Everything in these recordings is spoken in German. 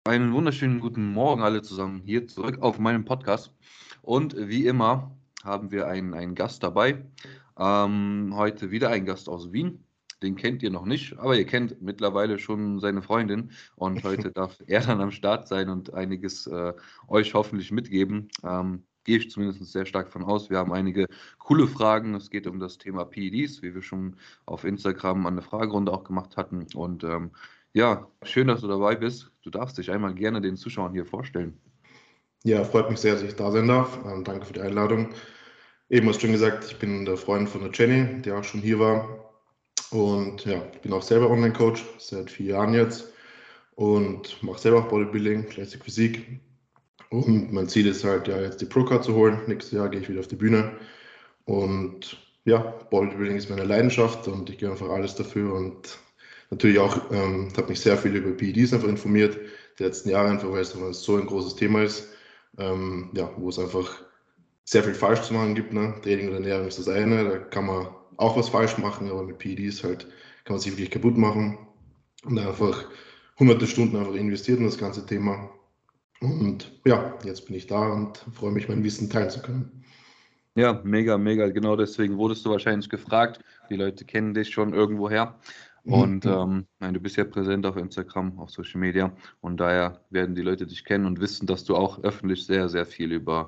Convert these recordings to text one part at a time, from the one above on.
Einen wunderschönen guten Morgen alle zusammen hier zurück auf meinem Podcast. Und wie immer haben wir einen Gast dabei. Heute wieder ein Gast aus Wien. Den kennt ihr noch nicht, aber ihr kennt mittlerweile schon seine Freundin. Und heute darf er dann am Start sein und einiges euch hoffentlich mitgeben. Gehe ich zumindest sehr stark von aus. Wir haben einige coole Fragen. Es geht um das Thema PEDs, wie wir schon auf Instagram an der Fragerunde auch gemacht hatten. Und ja, schön, dass du dabei bist. Du darfst dich einmal gerne den Zuschauern hier vorstellen. Ja, freut mich sehr, dass ich da sein darf. Danke für die Einladung. Eben hast du schon gesagt, ich bin der Freund von der Jenny, die auch schon hier war. Und ja, ich bin auch selber Online-Coach seit 4 Jahren jetzt und mache selber auch Bodybuilding, Classic Physik. Und mein Ziel ist halt, ja, jetzt die Pro-Card zu holen. Nächstes Jahr gehe ich wieder auf die Bühne. Und ja, Bodybuilding ist meine Leidenschaft und ich gehe einfach alles dafür. Und natürlich auch, habe mich sehr viel über PEDs einfach informiert, die letzten Jahre einfach, weil es so ein großes Thema ist. Ja, wo es einfach sehr viel falsch zu machen gibt. Ne? Training und Ernährung ist das eine, da kann man auch was falsch machen, aber mit PEDs halt kann man sich wirklich kaputt machen und einfach hunderte Stunden einfach investiert in das ganze Thema. Und ja, jetzt bin ich da und freue mich, mein Wissen teilen zu können. Ja, mega, mega. Genau deswegen wurdest du wahrscheinlich gefragt. Die Leute kennen dich schon irgendwoher. Und nein, du bist ja präsent auf Instagram, auf Social Media. Und daher werden die Leute dich kennen und wissen, dass du auch öffentlich sehr, sehr viel über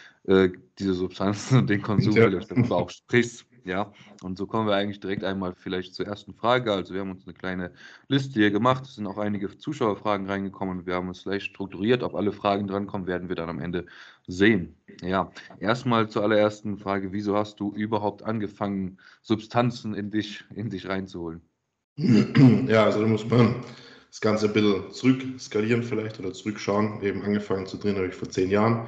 diese Substanzen und den Konsum Ja. vielleicht darüber auch sprichst. Ja, und so kommen wir eigentlich direkt einmal vielleicht zur ersten Frage. Also wir haben uns eine kleine Liste hier gemacht. Es sind auch einige Zuschauerfragen reingekommen und wir haben uns gleich strukturiert. Ob alle Fragen drankommen, werden wir dann am Ende sehen. Ja, erstmal zur allerersten Frage. Wieso hast du überhaupt angefangen, Substanzen in dich reinzuholen? Ja, also da muss man das Ganze ein bisschen zurück skalieren vielleicht oder zurückschauen. Eben angefangen zu trainieren habe ich vor 10 Jahren.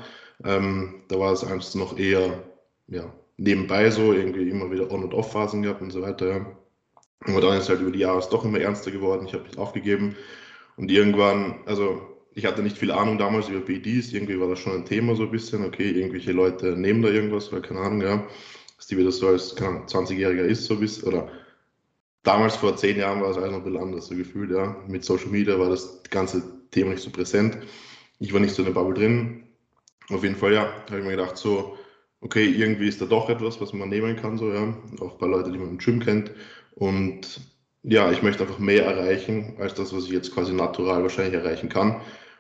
Da war es einfach noch eher ja, nebenbei so, irgendwie immer wieder On- und Off-Phasen gehabt und so weiter. Ja. Aber dann ist halt über die Jahre es doch immer ernster geworden. Ich habe mich aufgegeben und irgendwann, also ich hatte nicht viel Ahnung damals über PEDs, irgendwie war das schon ein Thema so ein bisschen, okay, irgendwelche Leute nehmen da irgendwas oder keine Ahnung, ja, dass die wieder so als, keine Ahnung, 20-Jähriger ist, so bis, oder damals vor 10 Jahren war es alles noch ein bisschen anders, so gefühlt, ja. Mit Social Media war das ganze Thema nicht so präsent. Ich war nicht so in der Bubble drin. Auf jeden Fall, ja, habe ich mir gedacht, so, okay, irgendwie ist da doch etwas, was man nehmen kann, so, ja. Auch ein paar Leute, die man im Gym kennt. Und ja, ich möchte einfach mehr erreichen, als das, was ich jetzt quasi natural wahrscheinlich erreichen kann.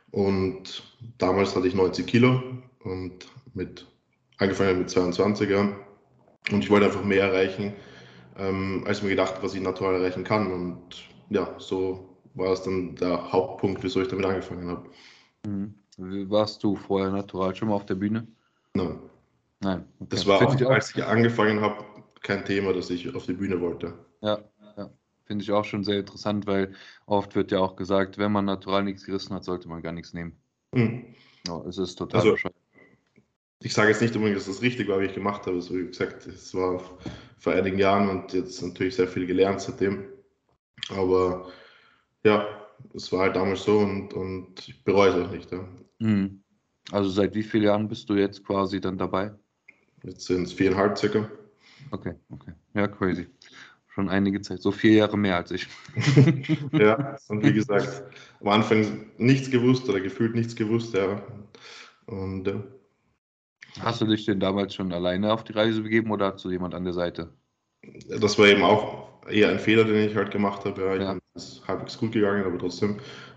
Und damals hatte ich 90 Kilo und angefangen mit 22 Jahren. Und ich wollte einfach mehr erreichen, als mir gedacht, was ich natural erreichen kann. Und ja, so war es dann der Hauptpunkt, wieso ich damit angefangen habe. Mhm. Warst du vorher natural schon mal auf der Bühne? Nein. Nein, okay. Das war Finde auch, ich auch. als ich angefangen habe, kein Thema, dass ich auf die Bühne wollte. Ja, ja. Finde ich auch schon sehr interessant, weil oft wird ja auch gesagt, wenn man natural nichts gerissen hat, sollte man gar nichts nehmen. Hm. Ja, es ist total Also, bescheuert. ich sage jetzt nicht unbedingt, dass das richtig war, wie ich gemacht habe. So wie gesagt, es war vor einigen Jahren und jetzt natürlich sehr viel gelernt seitdem. Aber ja, es war halt damals so und ich bereue es auch nicht. Ja. Mhm. Also seit wie vielen Jahren bist du jetzt quasi dann dabei? Jetzt sind es 4,5 circa. Okay, okay. Ja, crazy. Schon einige Zeit. So 4 Jahre mehr als ich. Ja, und wie gesagt, am Anfang nichts gewusst oder gefühlt nichts gewusst, ja. Und ja, Hast du dich denn damals schon alleine auf die Reise begeben oder hattest du jemand an der Seite? das war eben auch eher ein Fehler, den ich halt gemacht habe. Ja, ich Ja. meine, es ist halbwegs gut gegangen, aber trotzdem.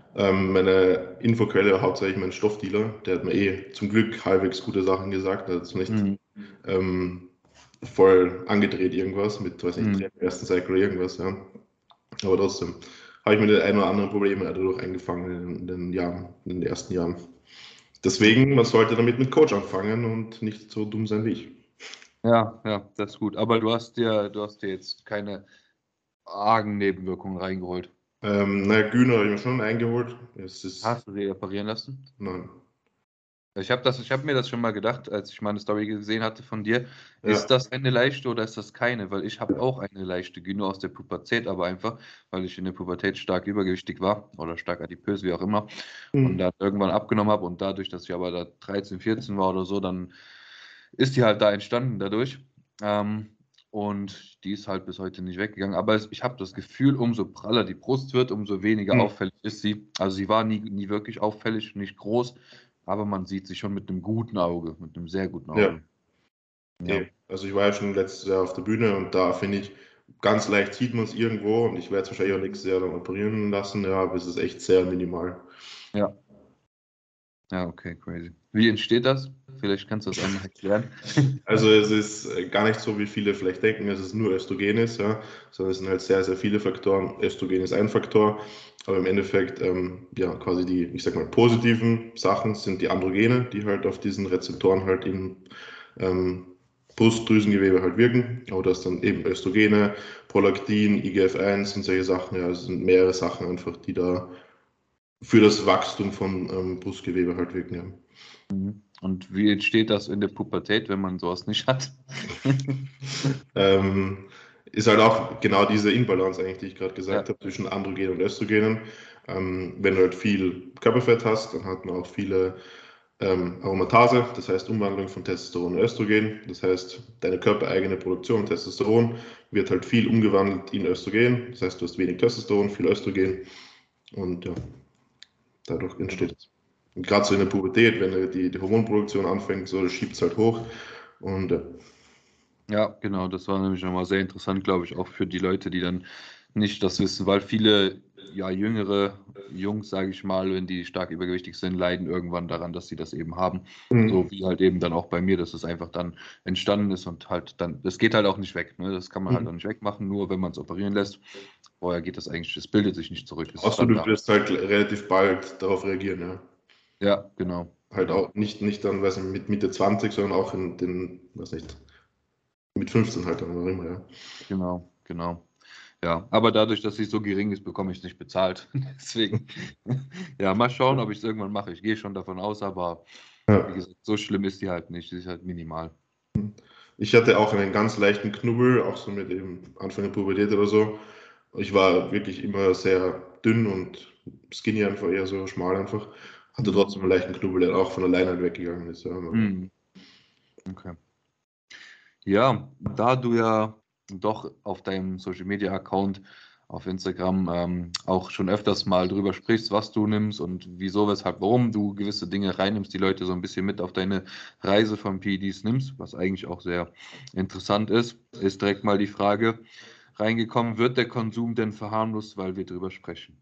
Meine Infoquelle war hauptsächlich mein Stoffdealer. Der hat mir zum Glück halbwegs gute Sachen gesagt. Er hat jetzt nicht Mhm. ähm, voll angedreht irgendwas mit, weiß nicht, Mhm. Training, ersten Cycle oder irgendwas, ja. Aber trotzdem habe ich mir den ein oder anderen Probleme dadurch eingefangen in den Jahren, in den ersten Jahren. Deswegen, man sollte damit mit Coach anfangen und nicht so dumm sein wie ich. Ja, ja, das ist gut. Aber du hast dir jetzt keine argen Nebenwirkungen reingeholt. Naja, Güner habe ich mir schon eingeholt. Es ist, Hast du sie reparieren lassen? nein, Ich habe mir das schon mal gedacht, als ich meine Story gesehen hatte von dir. ja, Ist das eine leichte oder ist das keine? Weil ich habe auch eine leichte Gyno aus der Pubertät, aber einfach, weil ich in der Pubertät stark übergewichtig war oder stark adipös, wie auch immer. Und hm, dann irgendwann abgenommen habe und dadurch, dass ich aber da 13, 14 war oder so, dann ist die halt da entstanden dadurch. Ähm, Und die ist halt bis heute nicht weggegangen. Aber ich habe das Gefühl, umso praller die Brust wird, umso weniger auffällig ist sie. Also sie war nie wirklich auffällig, nicht groß, aber man sieht sie schon mit einem guten Auge, mit einem sehr guten Ja, Auge. Ja. also ich war ja schon letztes Jahr auf der Bühne und da finde ich, ganz leicht sieht man es irgendwo und ich werde es wahrscheinlich auch nächstes Jahr dann operieren lassen, ja, aber es ist echt sehr minimal. Ja. Ja, okay, crazy. Wie entsteht das? Vielleicht kannst du das einmal erklären. Also es ist gar nicht so, wie viele vielleicht denken, dass es nur Östrogen ist, ja, sondern es sind halt sehr, sehr viele Faktoren. Östrogen ist ein Faktor, aber im Endeffekt, ja, quasi die, ich sag mal, positiven Sachen sind die Androgene, die halt auf diesen Rezeptoren halt im Brustdrüsengewebe halt wirken. Aber das dann eben Östrogene, Prolaktin, IGF-1 und solche Sachen, ja, es sind mehrere Sachen einfach, die da für das Wachstum von Brustgewebe halt wirken, ja. Und wie entsteht das in der Pubertät, wenn man sowas nicht hat? Ist halt auch genau diese Imbalance eigentlich, die ich gerade gesagt Ja. habe, zwischen Androgenen und Östrogenen. Wenn du halt viel Körperfett hast, dann hat man auch viele Aromatase, das heißt Umwandlung von Testosteron in Östrogen. Das heißt, deine körpereigene Produktion von Testosteron wird halt viel umgewandelt in Östrogen. Das heißt, du hast wenig Testosteron, viel Östrogen und ja, dadurch entsteht es. Und gerade so in der Pubertät, wenn die Hormonproduktion anfängt, so, das schiebt es halt hoch und Ja, genau, das war nämlich nochmal sehr interessant, glaube ich, auch für die Leute, die dann nicht das wissen, weil viele, ja, jüngere Jungs, sage ich mal, wenn die stark übergewichtig sind, leiden irgendwann daran, dass sie das eben haben. So wie halt eben dann auch bei mir, dass es einfach dann entstanden ist und halt dann, das geht halt auch nicht weg, ne? Das kann man halt auch nicht wegmachen, nur wenn man es operieren lässt. Vorher geht das eigentlich, es bildet sich nicht zurück, es ist Außer dann du da. wirst halt relativ bald darauf reagieren, ja. Ja, genau. Halt Genau. auch nicht dann, weiß nicht, mit Mitte 20, sondern auch in den, weiß nicht, mit 15 halt dann oder immer, ja. Genau. Ja, aber dadurch, dass sie so gering ist, bekomme ich es nicht bezahlt. Deswegen, ja, mal schauen, ob ich es irgendwann mache. Ich gehe schon davon aus, aber wie Ja. gesagt, so schlimm ist die halt nicht. Sie ist halt minimal. Ich hatte auch einen ganz leichten Knubbel, auch so mit eben Anfang der Pubertät oder so. Ich war wirklich immer sehr dünn und skinny einfach, eher so schmal einfach. Hatte trotzdem einen leichten Knubbel, der auch von alleine halt weggegangen ist. Ja. Mhm. Okay. Ja, da du ja doch auf deinem Social Media Account auf Instagram auch schon öfters mal drüber sprichst, was du nimmst und wieso, weshalb, warum du gewisse Dinge reinnimmst, die Leute so ein bisschen mit auf deine Reise von PEDs nimmst, was eigentlich auch sehr interessant ist direkt mal die Frage reingekommen, wird der Konsum denn verharmlost, weil wir drüber sprechen?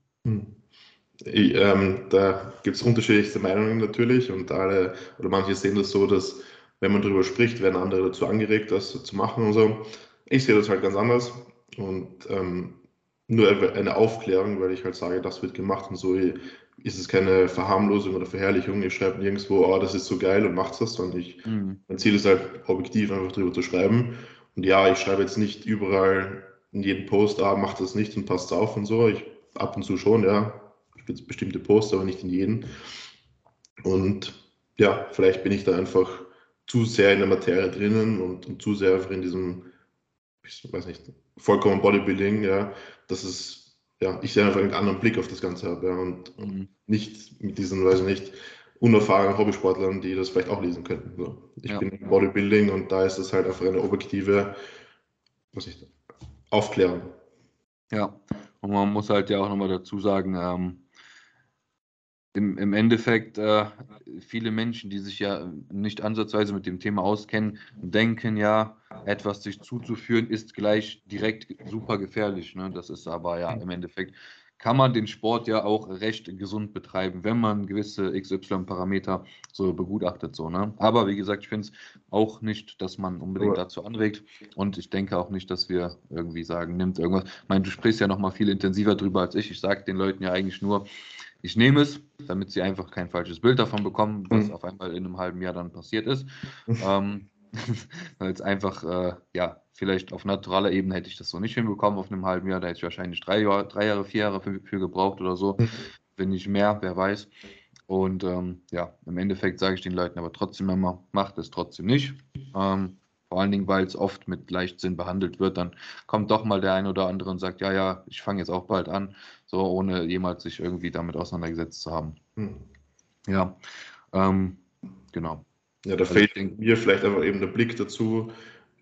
Da gibt es unterschiedlichste Meinungen natürlich und alle oder manche sehen das so, dass wenn man darüber spricht, werden andere dazu angeregt, das zu machen und so. Ich sehe das halt ganz anders und nur eine Aufklärung, weil ich halt sage, das wird gemacht und so ist es keine Verharmlosung oder Verherrlichung. Ich schreibe nirgendwo, oh, das ist so geil und macht das, sondern mein Ziel ist halt objektiv einfach drüber zu schreiben. Und ja, ich schreibe jetzt nicht überall in jedem Post, ah, macht das nicht und passt auf und so. Ich ab und zu schon, ja, bestimmte Posts, aber nicht in jeden. Und ja, vielleicht bin ich da einfach zu sehr in der Materie drinnen und zu sehr einfach in diesem, ich weiß nicht, vollkommen Bodybuilding, ja, dass es, ja, ich einfach einen anderen Blick auf das Ganze habe, ja, und nicht mit diesen, weiß ich nicht, unerfahrenen Hobbysportlern, die das vielleicht auch lesen könnten. So. Ich Ja. bin im Bodybuilding und da ist es halt einfach eine objektive, was ich, Aufklärung. Ja, und man muss halt ja auch nochmal dazu sagen, im Endeffekt, viele Menschen, die sich ja nicht ansatzweise mit dem Thema auskennen, denken ja, etwas sich zuzuführen, ist gleich direkt super gefährlich. Ne? Das ist aber ja im Endeffekt, kann man den Sport ja auch recht gesund betreiben, wenn man gewisse XY-Parameter so begutachtet. So, ne? Aber wie gesagt, ich finde es auch nicht, dass man unbedingt Aber dazu anregt. Und ich denke auch nicht, dass wir irgendwie sagen, nimmt irgendwas. Ich meine, du sprichst ja noch mal viel intensiver drüber als ich. Ich sage den Leuten ja eigentlich nur, ich nehme es, damit sie einfach kein falsches Bild davon bekommen, was auf einmal in einem halben Jahr dann passiert ist. Weil es einfach, ja, vielleicht auf naturaler Ebene hätte ich das so nicht hinbekommen auf einem halben Jahr. Da hätte ich wahrscheinlich 3 Jahre, 4 Jahre für gebraucht oder so. Wenn nicht mehr, wer weiß. Und ja, im Endeffekt sage ich den Leuten aber trotzdem immer, macht es trotzdem nicht. Vor allen Dingen, weil es oft mit Leichtsinn behandelt wird. Dann kommt doch mal der ein oder andere und sagt, ja, ja, ich fange jetzt auch bald an, so ohne jemals sich irgendwie damit auseinandergesetzt zu haben. Ja, genau. Ja, da Also ich fehlt denke, mir vielleicht einfach eben der Blick dazu,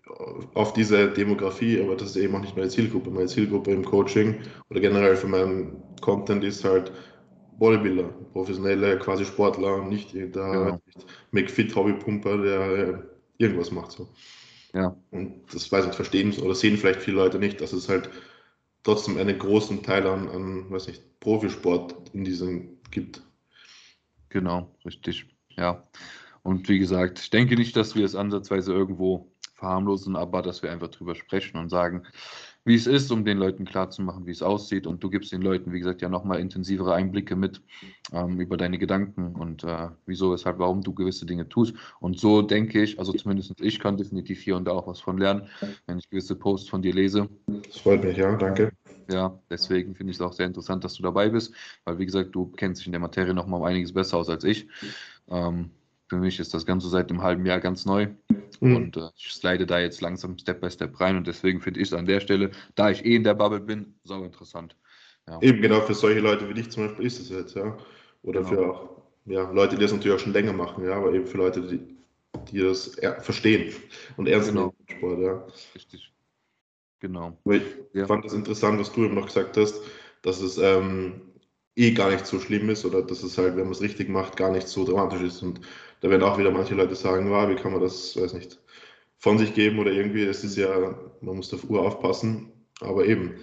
auf diese Demografie, aber das ist eben auch nicht meine Zielgruppe. Meine Zielgruppe im Coaching oder generell für meinen Content ist halt Bodybuilder, professionelle quasi Sportler, nicht der Genau. McFit-Hobbypumper, der irgendwas macht so. Ja, Und das weiß ich, verstehen oder sehen vielleicht viele Leute nicht, dass es halt trotzdem einen großen Teil an weiß nicht, Profisport in diesem gibt. genau, richtig. Ja. Und wie gesagt, ich denke nicht, dass wir es ansatzweise irgendwo verharmlosen, aber dass wir einfach drüber sprechen und sagen, wie es ist, um den Leuten klarzumachen, wie es aussieht. Und du gibst den Leuten, wie gesagt, ja nochmal intensivere Einblicke mit über deine Gedanken und wieso, weshalb, warum du gewisse Dinge tust. Und so denke ich, also zumindest ich kann definitiv hier und da auch was von lernen, wenn ich gewisse Posts von dir lese. Das freut mich, ja, danke. Ja, deswegen finde ich es auch sehr interessant, dass du dabei bist, weil wie gesagt, du kennst dich in der Materie nochmal um einiges besser aus als ich. Für mich ist das Ganze seit einem halben Jahr ganz neu Mhm. und ich slide da jetzt langsam Step by Step rein und deswegen finde ich es an der Stelle, da ich in der Bubble bin, sau interessant. Ja, Eben genau für solche Leute wie dich zum Beispiel ist es jetzt, ja. Oder genau, für auch Leute, die das natürlich auch schon länger machen, ja, aber eben für Leute, die das verstehen und ernst nehmen genau, im Sport, ja. richtig, genau. Aber ich Ja, fand das interessant, was du eben noch gesagt hast, dass es gar nicht so schlimm ist oder dass es halt, wenn man es richtig macht, gar nicht so dramatisch ist. Und da werden auch wieder manche Leute sagen, wow, wie kann man das, weiß nicht, von sich geben oder irgendwie, es ist ja, man muss auf Uhr aufpassen, aber eben,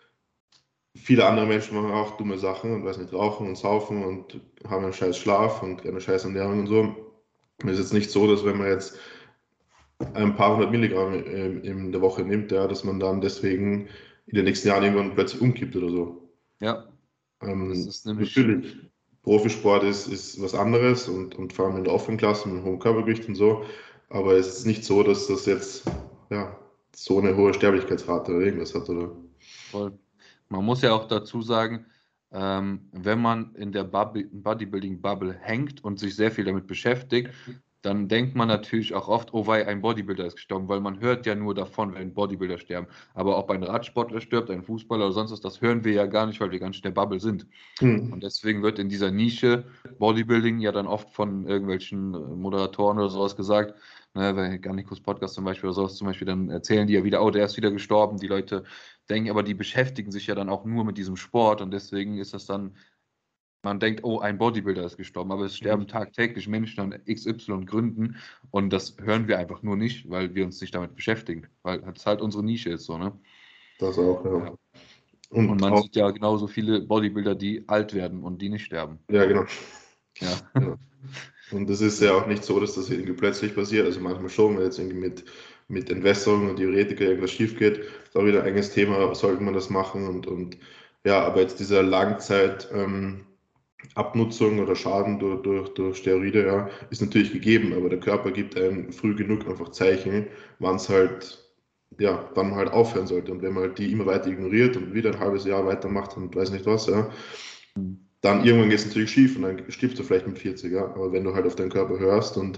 viele andere Menschen machen auch dumme Sachen und weiß nicht, rauchen und saufen und haben einen scheiß Schlaf und eine scheiß Ernährung und so. Und es ist jetzt nicht so, dass wenn man jetzt ein paar hundert Milligramm in der Woche nimmt, ja, dass man dann deswegen in den nächsten Jahren irgendwann plötzlich umkippt oder so. ja, das ist nämlich, Natürlich, Profisport ist was anderes und vor allem in der offenen Klasse mit hohem Körpergewicht und so, aber es ist nicht so, dass das jetzt ja, so eine hohe Sterblichkeitsrate oder irgendwas hat, oder? voll. Man muss ja auch dazu sagen, wenn man in der Bodybuilding-Bubble hängt und sich sehr viel damit beschäftigt, dann denkt man natürlich auch oft, oh wei, ein Bodybuilder ist gestorben, weil man hört ja nur davon, wenn Bodybuilder sterben. Aber ob ein Radsportler stirbt, ein Fußballer oder sonst was, das hören wir ja gar nicht, weil wir ganz schnell Bubble sind. Und Hm. deswegen wird in dieser Nische Bodybuilding ja dann oft von irgendwelchen Moderatoren oder sowas gesagt, ne, bei Garnikus Podcast zum Beispiel oder sowas zum Beispiel, dann erzählen die ja wieder, oh, der ist wieder gestorben. Die Leute denken, aber die beschäftigen sich ja dann auch nur mit diesem Sport und deswegen ist das dann, man denkt, oh, ein Bodybuilder ist gestorben, aber es sterben tagtäglich Menschen an XY Gründen und das hören wir einfach nur nicht, weil wir uns nicht damit beschäftigen, weil es halt unsere Nische ist so, ne? Das auch, ja. Ja. Und Und man auch, sieht ja genauso viele Bodybuilder, die alt werden und die nicht sterben. ja, genau. Ja. Ja. Und das ist ja auch nicht so, dass das irgendwie plötzlich passiert. Also manchmal schon, wenn jetzt irgendwie mit Entwässerung und Diuretika irgendwas schief geht, ist auch wieder ein eigenes Thema, sollte man das machen und ja, aber jetzt diese Langzeit Abnutzung oder Schaden durch Steroide, ja, ist natürlich gegeben, aber der Körper gibt einem früh genug einfach Zeichen, wann es halt, ja, wann man halt aufhören sollte. Und wenn man halt die immer weiter ignoriert und wieder ein halbes Jahr weitermacht und weiß nicht was, ja, dann irgendwann geht es natürlich schief und dann stirbst du vielleicht mit 40, ja. Aber wenn du halt auf deinen Körper hörst und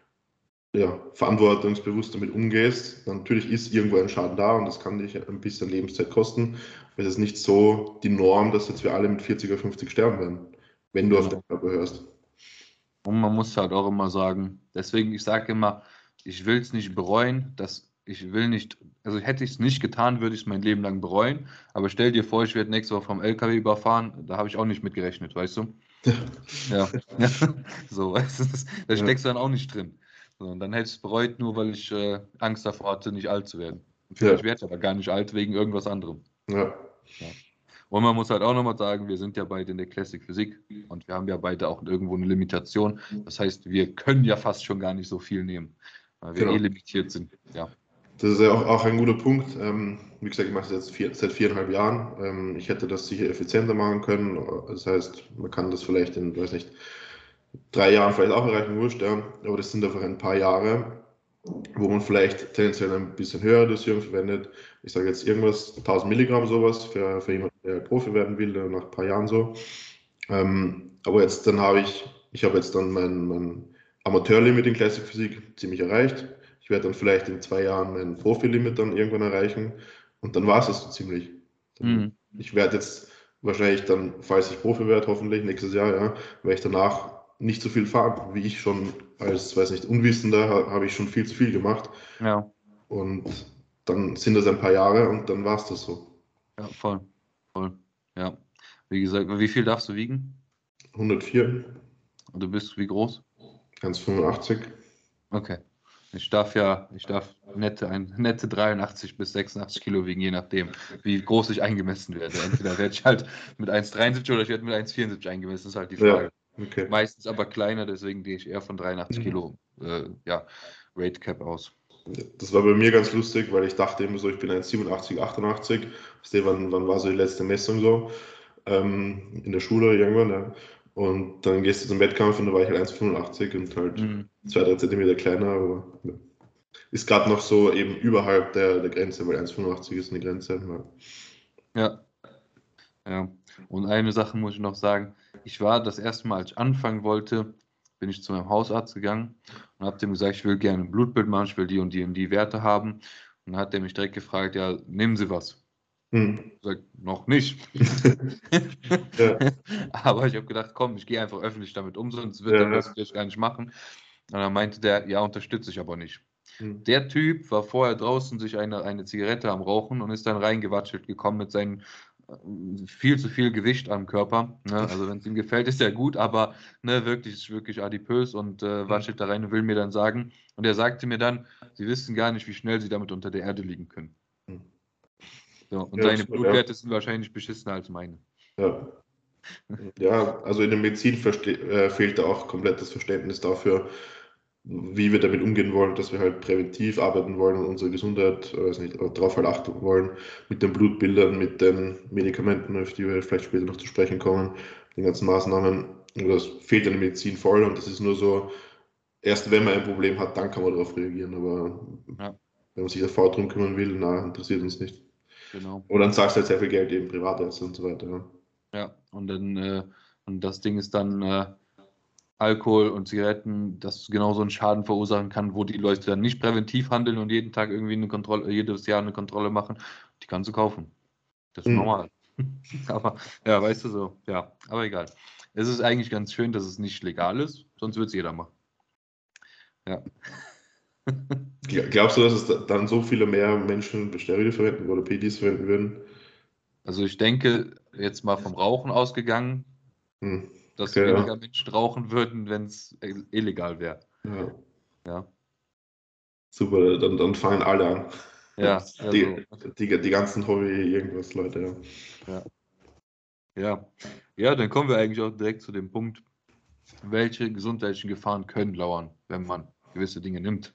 ja, verantwortungsbewusst damit umgehst, dann natürlich ist irgendwo ein Schaden da und das kann dich ein bisschen Lebenszeit kosten. Aber es ist nicht so die Norm, dass jetzt wir alle mit 40 oder 50 sterben werden, wenn du auf deinen Genau. Körper hörst. Und man muss halt auch immer sagen, deswegen, ich sage immer, ich will es nicht bereuen, dass ich will nicht, also hätte ich es nicht getan, würde ich es mein Leben lang bereuen. Aber stell dir vor, ich werde nächste Woche vom LKW überfahren, da habe ich auch nicht mit gerechnet, weißt du? Ja, ja. So, weißt du, da Ja, steckst du dann auch nicht drin. So, und dann hätte ich es bereut, nur weil ich Angst davor hatte, nicht alt zu werden. Und ja, vielleicht werde ich aber gar nicht alt wegen irgendwas anderem. ja, Ja. Und man muss halt auch nochmal sagen, wir sind ja beide in der Classic Physik und wir haben ja beide auch irgendwo eine Limitation. Das heißt, wir können ja fast schon gar nicht so viel nehmen, weil wir eh genau. limitiert sind. Ja, Das ist ja auch ein guter Punkt. Wie gesagt, ich mache das jetzt seit 4,5 Jahren. Ich hätte das sicher effizienter machen können. Das heißt, man kann das vielleicht in, weiß nicht, 3 Jahren vielleicht auch erreichen, wurscht, ja. Aber das sind einfach ein paar Jahre, wo man vielleicht tendenziell ein bisschen höhere Dosierung verwendet. Ich sage jetzt irgendwas, 1000 Milligramm sowas für jemanden, der Profi werden will, nach ein paar Jahren so. Aber jetzt dann ich habe jetzt dann mein Amateurlimit in Classic Physik ziemlich erreicht. Ich werde dann vielleicht in 2 Jahren mein Profi-Limit dann irgendwann erreichen und dann war es das so ziemlich. mhm. Ich werde jetzt wahrscheinlich dann, falls ich Profi werde, hoffentlich nächstes Jahr, ja, werde ich danach nicht so viel fahren, wie ich schon als, weiß nicht, Unwissender habe ich schon viel zu viel gemacht. Ja, und dann sind das ein paar Jahre und dann war es das so. Ja, voll. Ja. Wie gesagt, wie viel darfst du wiegen? 104, Und du bist wie groß? 1,85. Okay. Ich darf nette 83 bis 86 Kilo wiegen, je nachdem, wie groß ich eingemessen werde. Entweder werde ich halt mit 1,73 oder ich werde mit 1,74 eingemessen, ist halt die Frage. Ja, okay. Meistens aber kleiner, deswegen gehe ich eher von 83 Kilo Rate Cap aus. Das war bei mir ganz lustig, weil ich dachte immer so, ich bin 1,87, 88. Wann war so die letzte Messung so? In der Schule irgendwann, ja. Und dann gehst du zum Wettkampf und da war ich halt 1,85 und halt 2-3 Zentimeter kleiner, aber ja. Ist gerade noch so eben überhalb der Grenze, weil 1,85 ist eine Grenze. Ja. Und eine Sache muss ich noch sagen, ich war das erste Mal, als ich anfangen wollte, bin ich zu meinem Hausarzt gegangen und habe dem gesagt, ich will gerne ein Blutbild machen, ich will die und die Werte haben. Und dann hat der mich direkt gefragt, ja, nehmen Sie was? Ich sage, noch nicht. Ja. Aber ich habe gedacht, komm, ich gehe einfach öffentlich damit um, sonst wird er das vielleicht gar nicht machen. Und dann meinte der, ja, unterstütze ich aber nicht. Der Typ war vorher draußen sich eine Zigarette am Rauchen und ist dann reingewatschelt gekommen mit seinem viel zu viel Gewicht am Körper. Ne? Also wenn es ihm gefällt, ist er gut, aber ne, wirklich adipös und watschelt da rein und will mir dann sagen. Und er sagte mir dann, Sie wissen gar nicht, wie schnell Sie damit unter der Erde liegen können. So, und seine Blutwerte sind wahrscheinlich beschissener als meine. Ja. Ja, also in der Medizin fehlt da auch komplett das Verständnis dafür, wie wir damit umgehen wollen, dass wir halt präventiv arbeiten wollen und unsere Gesundheit, darauf halt achten wollen, mit den Blutbildern, mit den Medikamenten, auf die wir vielleicht später noch zu sprechen kommen, den ganzen Maßnahmen. Und das fehlt in der Medizin voll und das ist nur so, erst wenn man ein Problem hat, dann kann man darauf reagieren, aber wenn man sich sofort drum kümmern will, interessiert uns nicht. Genau. Oder dann zahlst du halt sehr viel Geld, eben Privatärzte und so weiter. Ja, und dann, und das Ding ist dann Alkohol und Zigaretten, das genauso einen Schaden verursachen kann, wo die Leute dann nicht präventiv handeln und jeden Tag irgendwie jedes Jahr eine Kontrolle machen, die kannst du kaufen. Das ist normal. Aber ja, weißt du so, ja, aber egal. Es ist eigentlich ganz schön, dass es nicht legal ist, sonst wird es jeder machen. Ja. Glaubst du, dass es dann so viele mehr Menschen Steroide verwenden oder PEDs verwenden würden? Also ich denke, jetzt mal vom Rauchen ausgegangen, dass Okay, weniger Menschen rauchen würden, wenn es illegal wäre. Ja. Ja. Super, dann fangen alle an. Ja, also, Die ganzen Hobby-Irgendwas-Leute, ja. Ja, dann kommen wir eigentlich auch direkt zu dem Punkt, welche gesundheitlichen Gefahren können lauern, wenn man gewisse Dinge nimmt.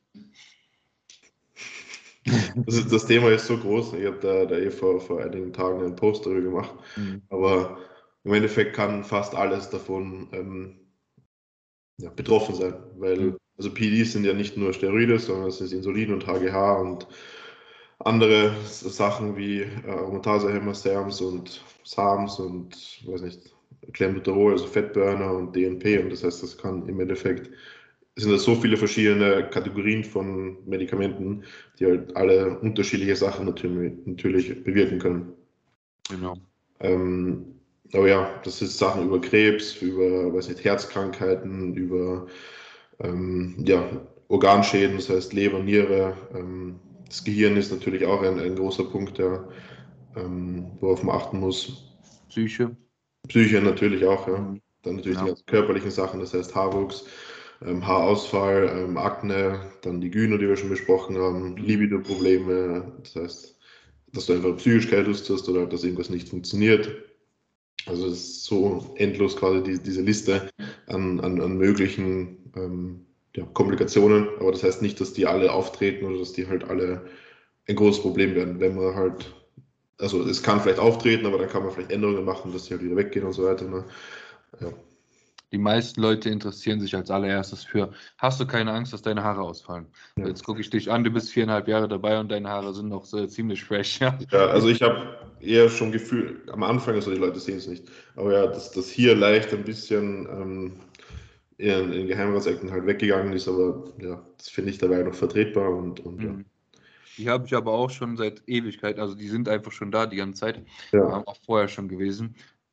Das Thema ist so groß. Ich habe da vor einigen Tagen einen Post darüber gemacht. Aber im Endeffekt kann fast alles davon betroffen sein. Weil, also PEDs sind ja nicht nur Steroide, sondern es ist Insulin und HGH und andere Sachen wie Aromatasehemmer, SERMs und SARMs und weiß nicht, Clenbuterol, also Fettburner und DNP. Und das heißt, das kann im Endeffekt, es sind da so viele verschiedene Kategorien von Medikamenten, die halt alle unterschiedliche Sachen natürlich bewirken können. Genau. Aber ja, das ist Sachen über Krebs, über, weiß nicht, Herzkrankheiten, über Organschäden, das heißt Leber, Niere. Das Gehirn ist natürlich auch ein großer Punkt, worauf man achten muss. Psyche natürlich auch, ja. Dann natürlich die ganzen körperlichen Sachen, das heißt Haarwuchs, Haarausfall, Akne, dann die Gyno, die wir schon besprochen haben, Libido-Probleme, das heißt, dass du einfach psychisch keine Lust hast oder dass irgendwas nicht funktioniert. Also es ist so endlos quasi diese Liste an möglichen Komplikationen, aber das heißt nicht, dass die alle auftreten oder dass die halt alle ein großes Problem werden, wenn man halt, also es kann vielleicht auftreten, aber dann kann man vielleicht Änderungen machen, dass die halt wieder weggehen und so weiter. Ne? Ja. Die meisten Leute interessieren sich als allererstes für, hast du keine Angst, dass deine Haare ausfallen? Ja. Jetzt gucke ich dich an, du bist 4,5 Jahre dabei und deine Haare sind noch so ziemlich fresh. Ja, also ich habe eher schon Gefühl, am Anfang, also die Leute sehen es nicht, aber ja, dass hier leicht ein bisschen in Geheimratsecken halt weggegangen ist, aber ja, das finde ich dabei noch vertretbar und ja. Die habe ich aber auch schon seit Ewigkeit, also die sind einfach schon da die ganze Zeit, Ja. auch vorher schon gewesen.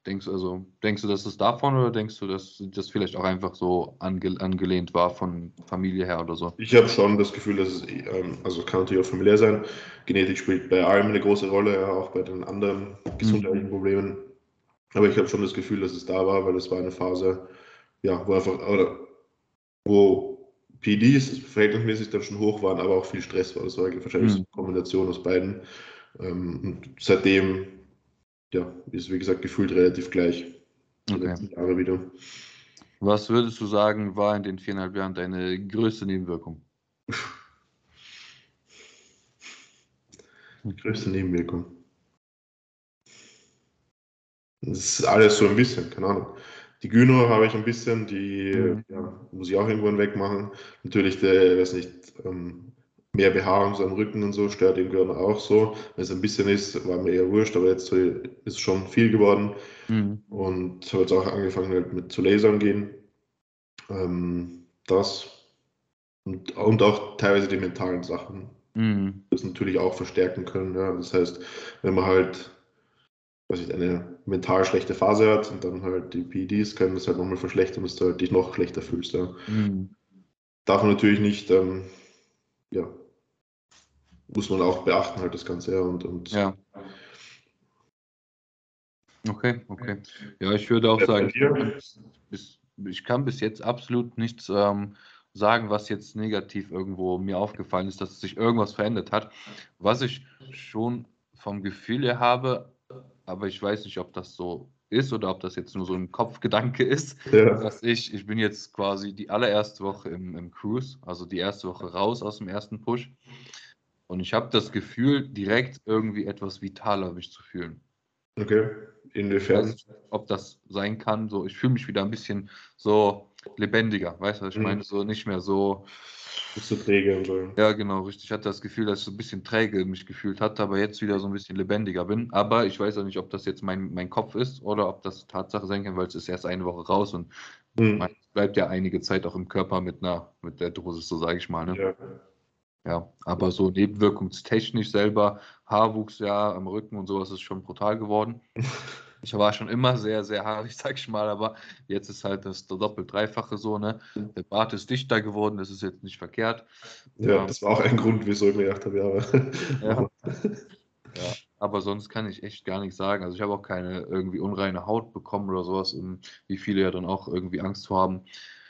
Denkst du, dass es davon oder denkst du, dass das vielleicht auch einfach so angelehnt war von Familie her oder so? Ich habe schon das Gefühl, dass es, also kann natürlich auch familiär sein. Genetik spielt bei allem eine große Rolle, ja, auch bei den anderen gesundheitlichen Problemen. Aber ich habe schon das Gefühl, dass es da war, weil es war eine Phase, ja, wo einfach, oder wo PEDs verhältnismäßig dann schon hoch waren, aber auch viel Stress war. Das war wahrscheinlich so Mhm. eine Kombination aus beiden. Und seitdem, ja, ist wie gesagt gefühlt relativ gleich. Die Okay. letzten Jahre wieder. Was würdest du sagen, war in den 4,5 Jahren deine größte Nebenwirkung? Die größte Nebenwirkung. Das ist alles so ein bisschen, keine Ahnung. Die Gyno habe ich ein bisschen, die Mhm. ja, muss ich auch irgendwann wegmachen. Natürlich, der, weiß nicht, mehr Behaarung so am Rücken und so stört den Gürtel auch so. Wenn es ein bisschen ist, war mir eher wurscht, aber jetzt so ist schon viel geworden. Mhm. Und habe jetzt auch angefangen halt mit zu Lasern gehen. Das und auch teilweise die mentalen Sachen, Mhm. das natürlich auch verstärken können. Ja. Das heißt, wenn man halt was ich, eine mental schlechte Phase hat und dann halt die PEDs können das halt nochmal verschlechtern, dass du halt dich noch schlechter fühlst. Ja. Mhm. Darf man natürlich nicht, ja, muss man auch beachten halt das Ganze. Ja, und Ja, okay. Ja, ich würde auch bei sagen, dir? ich kann bis jetzt absolut nichts sagen, was jetzt negativ irgendwo mir aufgefallen ist, dass sich irgendwas verändert hat. Was ich schon vom Gefühl her habe, aber ich weiß nicht, ob das so ist oder ob das jetzt nur so ein Kopfgedanke ist, Ja, dass ich bin jetzt quasi die allererste Woche im Cruise, also die erste Woche raus aus dem ersten Push. Und ich habe das Gefühl, direkt irgendwie etwas vitaler mich zu fühlen. okay. Ich weiß Inwiefern? nicht, ob das sein kann. So, ich fühle mich wieder ein bisschen so lebendiger. Weißt du, was ich Hm, meine? So nicht mehr so. nicht so träge und so. Ja, genau, richtig. Ich hatte das Gefühl, dass ich so ein bisschen träge mich gefühlt hatte, aber jetzt wieder so ein bisschen lebendiger bin. Aber ich weiß auch nicht, ob das jetzt mein Kopf ist oder ob das Tatsache sein kann, weil es ist erst eine Woche raus und Hm, man bleibt ja einige Zeit auch im Körper mit der Dosis, so sage ich mal, ne? ja. Ja, aber so nebenwirkungstechnisch selber, Haarwuchs ja am Rücken und sowas ist schon brutal geworden. Ich war schon immer sehr, sehr haarig, sag ich mal, aber jetzt ist halt das doppelt, dreifache so, ne? Der Bart ist dichter geworden, das ist jetzt nicht verkehrt. Ja, das war auch ein Grund, wieso ich mir gedacht habe, ja, aber Ja, ja, aber sonst kann ich echt gar nichts sagen. Also ich habe auch keine irgendwie unreine Haut bekommen oder sowas, wie viele ja dann auch irgendwie Angst vor haben.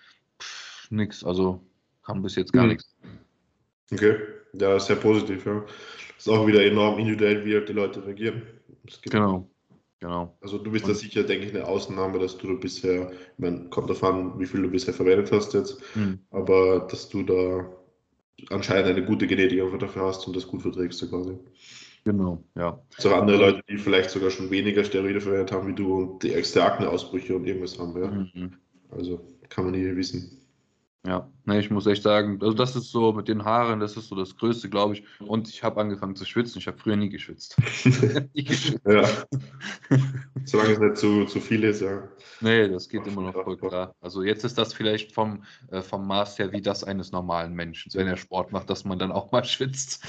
Nix, also kam bis jetzt gar hm, nichts. okay. Ja, ist sehr positiv, ja. Ist auch wieder enorm individuell, wie halt die Leute reagieren. Es gibt Genau, genau. Also du bist da Und sicher, denke ich, eine Ausnahme, dass du da bisher, ich meine, kommt davon an, wie viel du bisher verwendet hast jetzt, hm, aber dass du da anscheinend eine gute Genetik einfach dafür hast und das gut verträgst so quasi. genau, ja. Es gibt auch andere Also, Leute, die vielleicht sogar schon weniger Steroide verwendet haben wie du und die extra Akneausbrüche und irgendwas haben, ja. mhm. Also kann man nie wissen. Ja, ne, ich muss echt sagen, also das ist so mit den Haaren, das ist so das Größte, glaube ich. Und ich habe angefangen zu schwitzen. Ich habe früher nie geschwitzt. Nie geschwitzt. Ja, solange es nicht zu viel ist, ja. Nee, das geht Macht immer schon noch voll Kraft drauf. klar. Also jetzt ist das vielleicht vom Maß her wie das eines normalen Menschen, wenn er Sport macht, dass man dann auch mal schwitzt.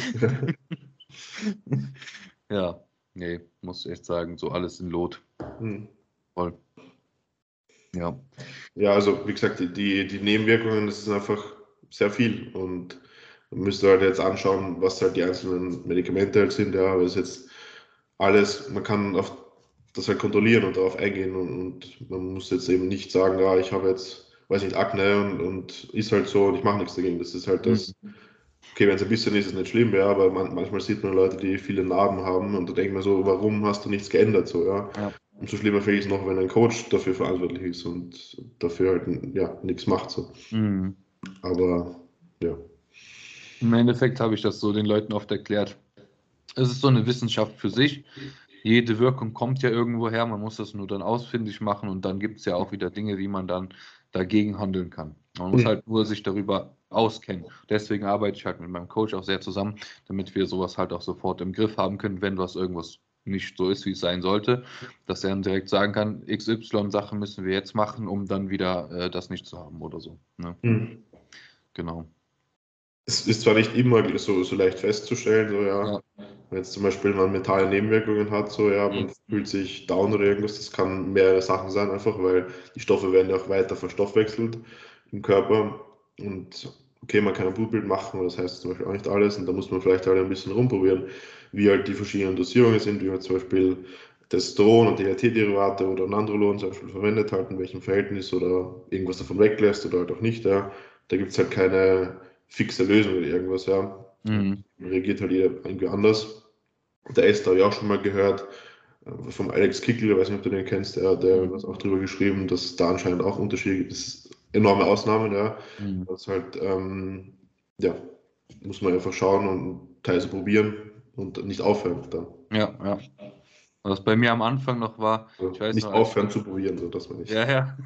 Ja, nee, muss echt sagen, so alles in Lot. Hm. Voll. Ja. Ja, also wie gesagt, die Nebenwirkungen, das ist einfach sehr viel und man müsste halt jetzt anschauen, was halt die einzelnen Medikamente halt sind, ja, aber es ist jetzt alles, man kann auf das halt kontrollieren und darauf eingehen und man muss jetzt eben nicht sagen, ja, ich habe jetzt, weiß nicht, Akne und ist halt so und ich mache nichts dagegen. Das ist halt Mhm. das, okay, wenn es ein bisschen ist, ist es nicht schlimm, ja, aber manchmal sieht man Leute, die viele Narben haben und da denkt man so, warum hast du nichts geändert, so, ja. Ja. Umso schlimmer finde ich es noch, wenn ein Coach dafür verantwortlich ist und dafür halt ja, nichts macht. So. Mhm. Aber ja. Im Endeffekt habe ich das so den Leuten oft erklärt. Es ist so eine Wissenschaft für sich. Jede Wirkung kommt ja irgendwo her, man muss das nur dann ausfindig machen und dann gibt es ja auch wieder Dinge, wie man dann dagegen handeln kann. Man muss Hm. halt nur sich darüber auskennen. Deswegen arbeite ich halt mit meinem Coach auch sehr zusammen, damit wir sowas halt auch sofort im Griff haben können, wenn irgendwas nicht so ist, wie es sein sollte, dass er dann direkt sagen kann, XY-Sache müssen wir jetzt machen, um dann wieder das nicht zu haben oder so. Ne? Hm. Genau. Es ist zwar nicht immer so leicht festzustellen, so ja, Ja. wenn jetzt zum Beispiel man mentale Nebenwirkungen hat, so ja, man fühlt sich down oder irgendwas, das kann mehrere Sachen sein, einfach weil die Stoffe werden ja auch weiter verstoffwechselt im Körper und okay, man kann ein Blutbild machen, aber das heißt zum Beispiel auch nicht alles und da muss man vielleicht halt ein bisschen rumprobieren, wie halt die verschiedenen Dosierungen sind, wie man zum Beispiel Testosteron und DHT-Derivate oder Nandrolon zum Beispiel verwendet halt, in welchem Verhältnis oder irgendwas davon weglässt oder halt auch nicht, ja. Da gibt es halt keine fixe Lösung oder irgendwas, ja. Mhm. Reagiert halt jeder irgendwie anders. Der Esther habe ich auch schon mal gehört, vom Alex Kickel, ich weiß nicht, ob du den kennst, der hat was auch drüber geschrieben, dass es da anscheinend auch Unterschiede gibt. Das ist enorme Ausnahmen, ja. Mhm. Das halt, ja, muss man einfach schauen und teilweise probieren und nicht aufhören dann. Ja, ja. Was bei mir am Anfang noch war, ich Also weiß noch, nicht als ich aufhören das, zu probieren, so dass man nicht ja, ja.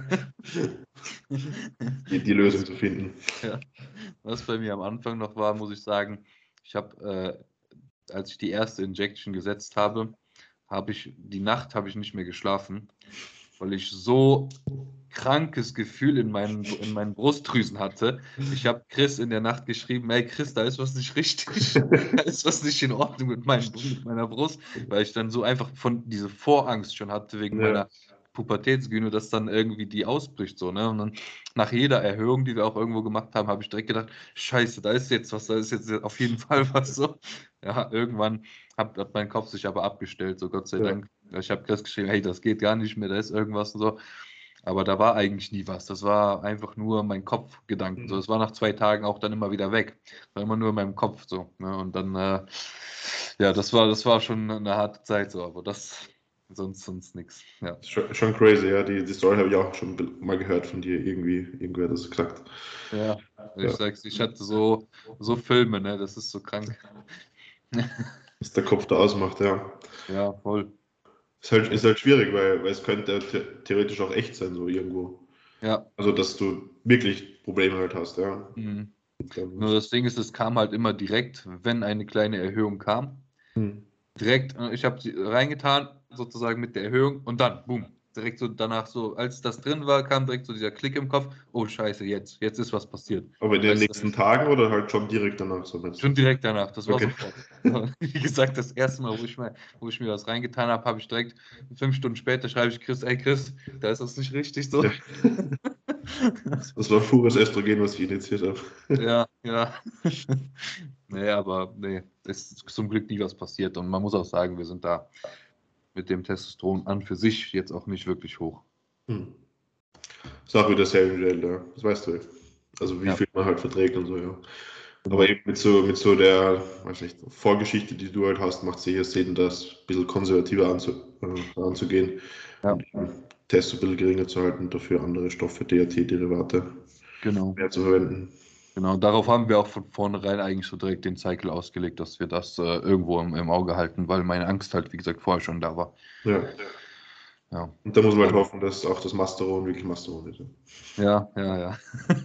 die Lösung Was, zu finden. ja, was bei mir am Anfang noch war, muss ich sagen, ich habe, als ich die erste Injection gesetzt habe, die Nacht habe ich nicht mehr geschlafen, weil ich so krankes Gefühl in meinen Brustdrüsen hatte. Ich habe Chris in der Nacht geschrieben, hey Chris, da ist was nicht richtig, da ist was nicht in Ordnung mit meiner Brust, weil ich dann so einfach diese Vorangst schon hatte wegen Ja, meiner Pubertätsgene, dass dann irgendwie die ausbricht so, ne? Und dann nach jeder Erhöhung, die wir auch irgendwo gemacht haben, habe ich direkt gedacht, Scheiße, da ist jetzt was, da ist jetzt auf jeden Fall was so. Ja, irgendwann hat mein Kopf sich aber abgestellt, so Gott sei ja. Dank. Ich habe Chris geschrieben, hey, das geht gar nicht mehr, da ist irgendwas und so. Aber da war eigentlich nie was. Das war einfach nur mein Kopfgedanken. So, Mhm. es war nach 2 Tagen auch dann immer wieder weg. War immer nur in meinem Kopf so. Ne? Und dann, ja, das war schon eine harte Zeit so, aber sonst nichts. Ja. Schon crazy, ja. Die Story habe ich auch schon mal gehört von dir, irgendwer hat das gesagt. Ja, ich Ja. sag's, ich hatte so Filme, ne? Das ist so krank. Was der Kopf da ausmacht, ja. Ja, voll. Ist halt schwierig, weil es könnte theoretisch auch echt sein, so irgendwo. Ja. Also, dass du wirklich Probleme halt hast, ja. Mhm. Und dann, Nur das Ding ist, es kam halt immer direkt, wenn eine kleine Erhöhung kam. hm. Direkt, ich habe sie reingetan, sozusagen mit der Erhöhung und dann, boom, direkt so danach so, als das drin war, kam direkt so dieser Klick im Kopf, oh Scheiße, jetzt ist was passiert. Aber in den Weißt du, nächsten Tagen oder halt schon direkt danach, so meinst du? schon direkt danach, das war Okay. sofort. Wie gesagt, das erste Mal, wo ich mir das reingetan habe, habe ich direkt 5 Stunden später schreibe ich Chris, ey Chris, da ist das nicht richtig so. Ja. Das war pures Östrogen, was ich initiiert habe. Ja, ja. Nee, aber nee, es ist zum Glück nie was passiert und man muss auch sagen, wir sind da mit dem Testosteron an für sich jetzt auch nicht wirklich hoch. Hm. Ist auch wieder sehr individuell, ja. Das weißt du ja. Also wie Ja. viel man halt verträgt und so, ja. Aber Genau. eben mit so der, weiß nicht, Vorgeschichte, die du halt hast, macht sicher Sinn, das ein bisschen konservativer anzugehen Ja, und Tests ein bisschen geringer zu halten, dafür andere Stoffe, DHT-Derivate genau. mehr zu verwenden. Genau. Darauf haben wir auch von vornherein eigentlich so direkt den Cycle ausgelegt, dass wir das irgendwo im Auge halten, weil meine Angst halt, wie gesagt, vorher schon da war. Ja. Ja. Und da muss man halt Und hoffen, dass auch das Masteron wirklich Masteron ist. ja, ja, ja.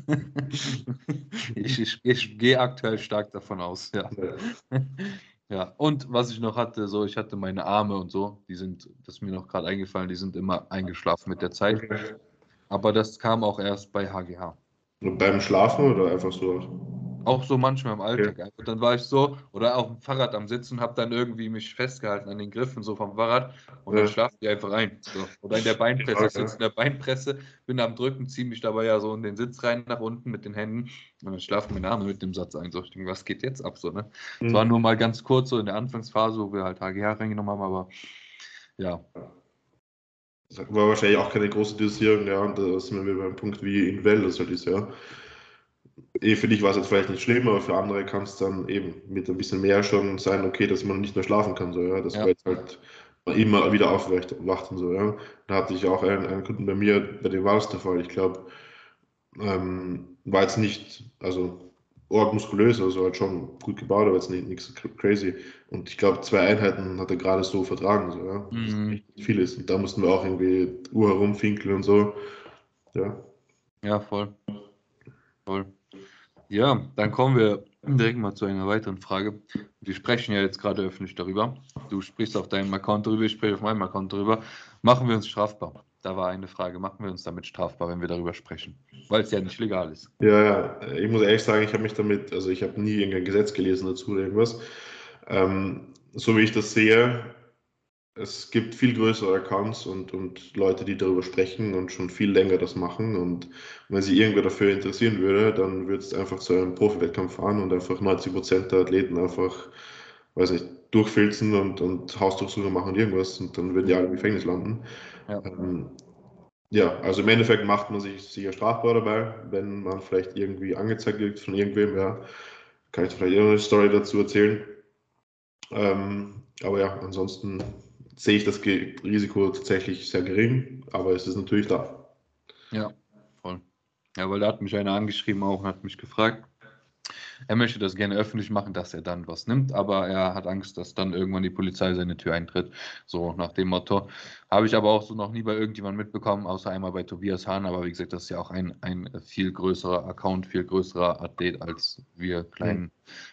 Ich gehe aktuell stark davon aus, ja. Ja. Ja, und was ich noch hatte, so, ich hatte meine Arme und so, das ist mir noch gerade eingefallen, die sind immer eingeschlafen mit der Zeit. Okay. Aber das kam auch erst bei HGH. Und beim Schlafen oder einfach so? Auch so manchmal im Okay. Alltag. Einfach, dann war ich so, oder auf dem Fahrrad am Sitzen, habe dann irgendwie mich festgehalten an den Griffen so vom Fahrrad und dann Ja. schlafen die einfach ein. So. Oder in der Beinpresse. Ich Ja. sitze in der Beinpresse, bin am Drücken, ziehe mich dabei ja so in den Sitz rein nach unten mit den Händen und dann schlafen meine Arme mit dem Satz ein. So, ich denke, was geht jetzt ab? So, ne? Es war Hm. nur mal ganz kurz so in der Anfangsphase, wo wir halt HGH reingenommen haben, aber ja. Das war wahrscheinlich auch keine große Dosierung, ja, und da sind wir wieder beim Punkt, wie individuell das halt ist, ja. Für dich war es jetzt vielleicht nicht schlimm, aber für andere kann es dann eben mit ein bisschen mehr schon sein, okay, dass man nicht mehr schlafen kann, so, ja, dass man Ja. jetzt halt immer wieder aufwacht und so, ja. Da hatte ich auch einen Kunden bei mir, bei dem war es der Fall, ich glaube, war jetzt nicht, also arg muskulös, also halt schon gut gebaut, aber jetzt nichts crazy. Und ich glaube, 2 Einheiten hat er gerade so vertragen, so, ja. Das Mhm. echt nicht viel ist. Und da mussten wir auch irgendwie Uhr herumfinkeln und so. Ja. Ja, voll. Voll. Ja, dann kommen wir direkt mal zu einer weiteren Frage. Wir sprechen ja jetzt gerade öffentlich darüber. Du sprichst auf deinem Account darüber, ich spreche auf meinem Account darüber. Machen wir uns strafbar? Da war eine Frage, machen wir uns damit strafbar, wenn wir darüber sprechen? Weil es ja nicht legal ist. Ja, ich muss ehrlich sagen, ich habe mich damit, also ich habe nie irgendein Gesetz gelesen dazu oder irgendwas. So wie ich das sehe, es gibt viel größere Accounts und Leute, die darüber sprechen und schon viel länger das machen. Und wenn sich irgendwer dafür interessieren würde, dann würde es einfach zu einem Profi-Wettkampf fahren und einfach 90% der Athleten einfach, weiß nicht, durchfilzen und Hausdurchsuche machen und irgendwas und dann würden die alle im Gefängnis landen. Ja. Ja, also im Endeffekt macht man sich sicher strafbar dabei, wenn man vielleicht irgendwie angezeigt wird von irgendwem, ja, kann ich vielleicht eine Story dazu erzählen. Aber ja, ansonsten sehe ich das Risiko tatsächlich sehr gering, aber es ist natürlich da. Ja, voll. Ja, weil da hat mich einer angeschrieben auch und hat mich gefragt, er möchte das gerne öffentlich machen, dass er dann was nimmt, aber er hat Angst, dass dann irgendwann die Polizei seine Tür eintritt. So nach dem Motto. Habe ich aber auch so noch nie bei irgendjemandem mitbekommen, außer einmal bei Tobias Hahn. Aber wie gesagt, das ist ja auch ein viel größerer Account, viel größerer Athlet als wir kleinen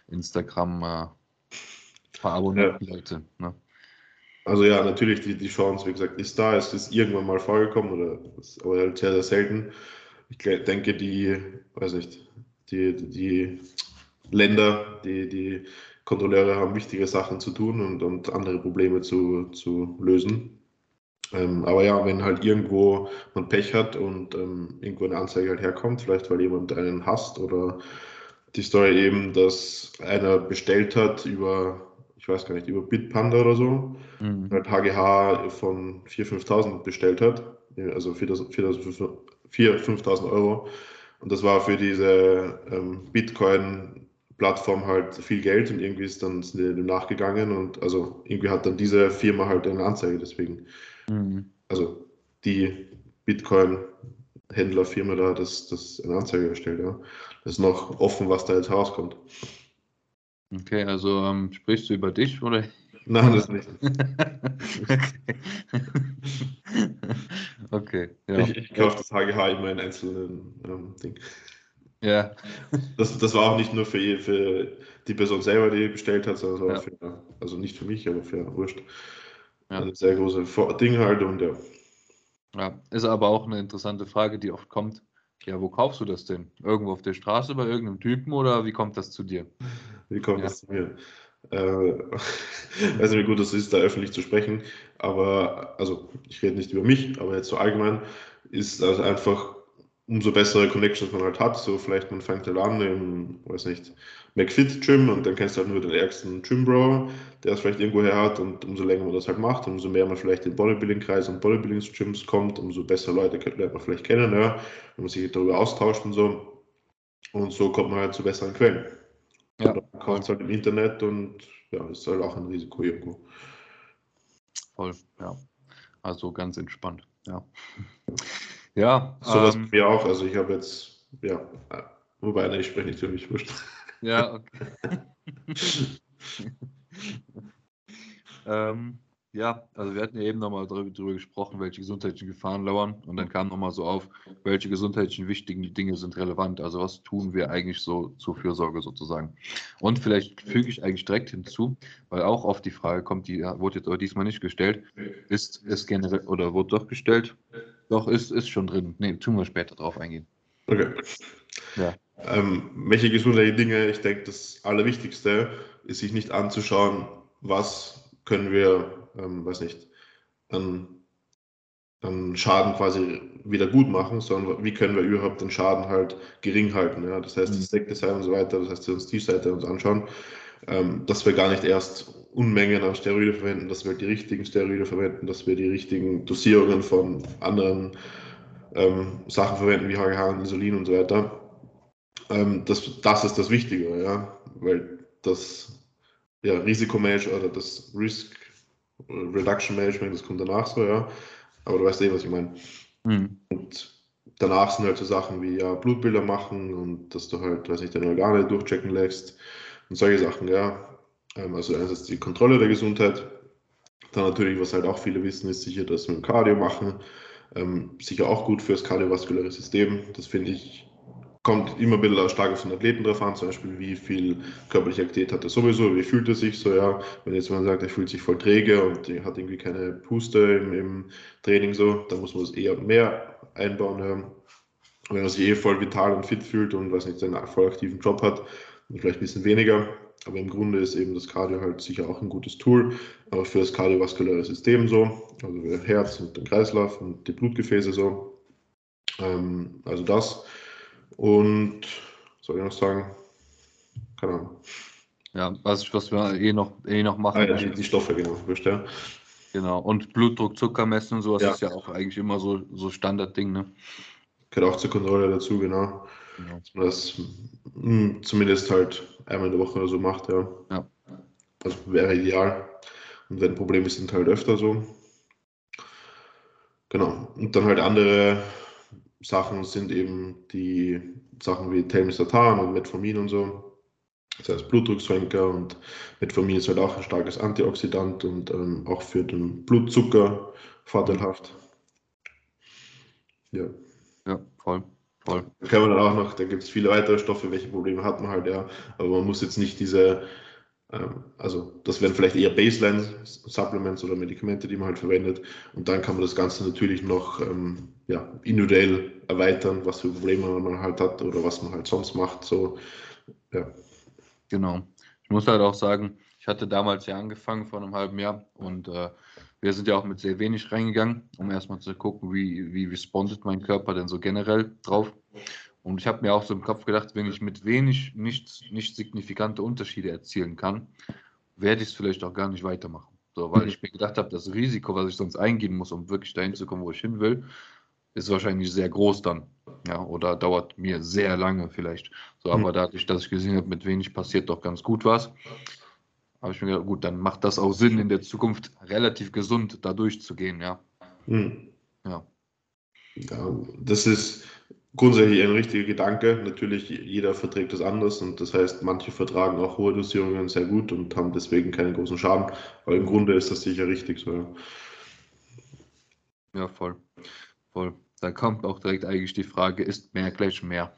Instagram-verabonnierten Leute. Ne? Also ja, natürlich, die Chance, wie gesagt, ist da. Es ist irgendwann mal vorgekommen, aber halt sehr, sehr selten. Ich denke, weiß nicht, die Länder, die Kontrolleure haben wichtige Sachen zu tun und andere Probleme zu lösen. Aber ja, wenn halt irgendwo man Pech hat und irgendwo eine Anzeige halt herkommt, vielleicht weil jemand einen hasst oder die Story eben, dass einer bestellt hat ich weiß gar nicht, über Bitpanda oder so, halt HGH von 4.000, 5.000 bestellt hat, also 4.000, 5.000 Euro. Und das war für diese Bitcoin-Plattform halt viel Geld und irgendwie sind die dem nachgegangen und also irgendwie hat dann diese Firma halt eine Anzeige deswegen. Also die Bitcoin-Händlerfirma da, das eine Anzeige erstellt, ja. Das ist noch offen, was da jetzt rauskommt. Okay, also sprichst du über dich oder? Nein, das nicht. Okay, ja. Ich kaufe das HGH immer in einzelnen Ding. Ja. Das war auch nicht nur für die Person selber, die bestellt hat, sondern Ja. auch also nicht für mich, aber für Wurscht. Ja. Ein sehr großes Ding halt und ja. Ja, ist aber auch eine interessante Frage, die oft kommt. Ja, wo kaufst du das denn? Irgendwo auf der Straße bei irgendeinem Typen oder wie kommt das zu dir? Wie kommt Ja. das zu mir? Weiß nicht, wie gut es ist, da öffentlich zu sprechen, aber also ich rede nicht über mich, aber jetzt so allgemein ist also einfach umso bessere Connections man halt hat. So vielleicht man fängt halt an im, weiß nicht, McFit Gym und dann kennst du halt nur den ärgsten Gym Bro, der es vielleicht irgendwo her hat und umso länger man das halt macht, umso mehr man vielleicht in Bodybuilding-Kreis und Bodybuilding-Gyms kommt, umso besser Leute lernt man vielleicht kennen, ja, wenn man sich darüber austauscht und so. Und so kommt man halt zu besseren Quellen. Ja, Oder man kauft es halt im Internet und ja, ist halt auch ein Risiko irgendwo. voll, ja. Also ganz entspannt, ja. Ja, Sowas bei mir auch. Also ich habe jetzt, ja, wobei, ne, ich spreche nicht für mich, wurscht. ja, okay. Ja, also wir hatten ja eben nochmal drüber gesprochen, welche gesundheitlichen Gefahren lauern. Und dann kam nochmal so auf, welche gesundheitlichen wichtigen Dinge sind relevant. Also was tun wir eigentlich so zur Fürsorge sozusagen. Und vielleicht füge ich eigentlich direkt hinzu, weil auch oft die Frage kommt, die wurde jetzt aber diesmal nicht gestellt, ist generell, oder wurde doch gestellt? Doch, ist schon drin. Nee, tun wir später drauf eingehen. Okay. Ja. Welche gesundheitlichen Dinge? Ich denke, das Allerwichtigste ist, sich nicht anzuschauen, was können wir, weiß nicht, an Schaden quasi wieder gut machen, sondern wie können wir überhaupt den Schaden halt gering halten. Ja? Das heißt, das Deckdesign und so weiter, das heißt, uns die Seite uns anschauen, dass wir gar nicht erst Unmengen an Steroide verwenden, dass wir die richtigen Steroide verwenden, dass wir die richtigen Dosierungen von anderen Sachen verwenden, wie HGH und Insulin und so weiter. Das ist das Wichtige, ja, weil das Risikomanagement oder das Risk Reduction Management, das kommt danach so, ja. Aber du weißt eh, was ich meine. Und danach sind halt so Sachen wie ja, Blutbilder machen und dass du halt, weiß nicht, deine Organe durchchecken lässt und solche Sachen, ja. Also einerseits die Kontrolle der Gesundheit. Dann natürlich, was halt auch viele wissen, ist sicher das mit dem Cardio machen. Sicher auch gut fürs kardiovaskuläre System. Das finde ich kommt immer ein bisschen stark auf den Athleten drauf an, zum Beispiel wie viel körperliche Aktivität hat er sowieso, wie fühlt er sich so, ja. Wenn jetzt jemand sagt, er fühlt sich voll träge und er hat irgendwie keine Puste im Training so, dann muss man das eher mehr einbauen. Ja. Wenn er sich voll vital und fit fühlt und weiß nicht, einen voll aktiven Job hat, dann vielleicht ein bisschen weniger. Aber im Grunde ist eben das Cardio halt sicher auch ein gutes Tool, aber für das kardiovaskuläre System so, also für das Herz und den Kreislauf und die Blutgefäße so. Also das. Und was soll ich noch sagen? Keine Ahnung. Ja, was wir noch machen Ja, möchten. die Stoffe, genau. Ja. Genau. Und Blutdruck, Zucker messen und sowas Ja. ist ja auch eigentlich immer so Standardding, ne? Gehört auch zur Kontrolle dazu, genau. Genau. Dass man das zumindest halt einmal in der Woche oder so macht, ja. Ja. Also wäre ideal. Und wenn Probleme sind, halt öfter so. Genau. Und dann halt andere Sachen sind eben die Sachen wie Telmisartan und Metformin und so. Das heißt Blutdrucksenker, und Metformin ist halt auch ein starkes Antioxidant und auch für den Blutzucker vorteilhaft. Ja. Ja, voll. Da kann man dann auch noch, da gibt es viele weitere Stoffe, welche Probleme hat man halt, ja. Aber man muss jetzt nicht diese, also das wären vielleicht eher Baseline-Supplements oder Medikamente, die man halt verwendet. Und dann kann man das Ganze natürlich noch individuell erweitern, was für Probleme man halt hat oder was man halt sonst macht. So, ja. Genau. Ich muss halt auch sagen, ich hatte damals ja angefangen vor einem halben Jahr und wir sind ja auch mit sehr wenig reingegangen, um erstmal zu gucken, wie respondet mein Körper denn so generell drauf. Und ich habe mir auch so im Kopf gedacht, wenn ich mit wenig nicht signifikante Unterschiede erzielen kann, werde ich es vielleicht auch gar nicht weitermachen. So, weil ich mir gedacht habe, das Risiko, was ich sonst eingehen muss, um wirklich dahin zu kommen, wo ich hin will, ist wahrscheinlich sehr groß dann. Ja, oder dauert mir sehr lange vielleicht. So, aber dadurch, dass ich gesehen habe, mit wenig passiert doch ganz gut was, habe ich mir gedacht, gut, dann macht das auch Sinn, in der Zukunft relativ gesund da durchzugehen, ja. Ja. Ja, das ist grundsätzlich ein richtiger Gedanke. Natürlich, jeder verträgt das anders, und das heißt, manche vertragen auch hohe Dosierungen sehr gut und haben deswegen keinen großen Schaden. Aber im Grunde ist das sicher richtig so. Ja. Ja, voll. Da kommt auch direkt eigentlich die Frage, ist mehr gleich mehr?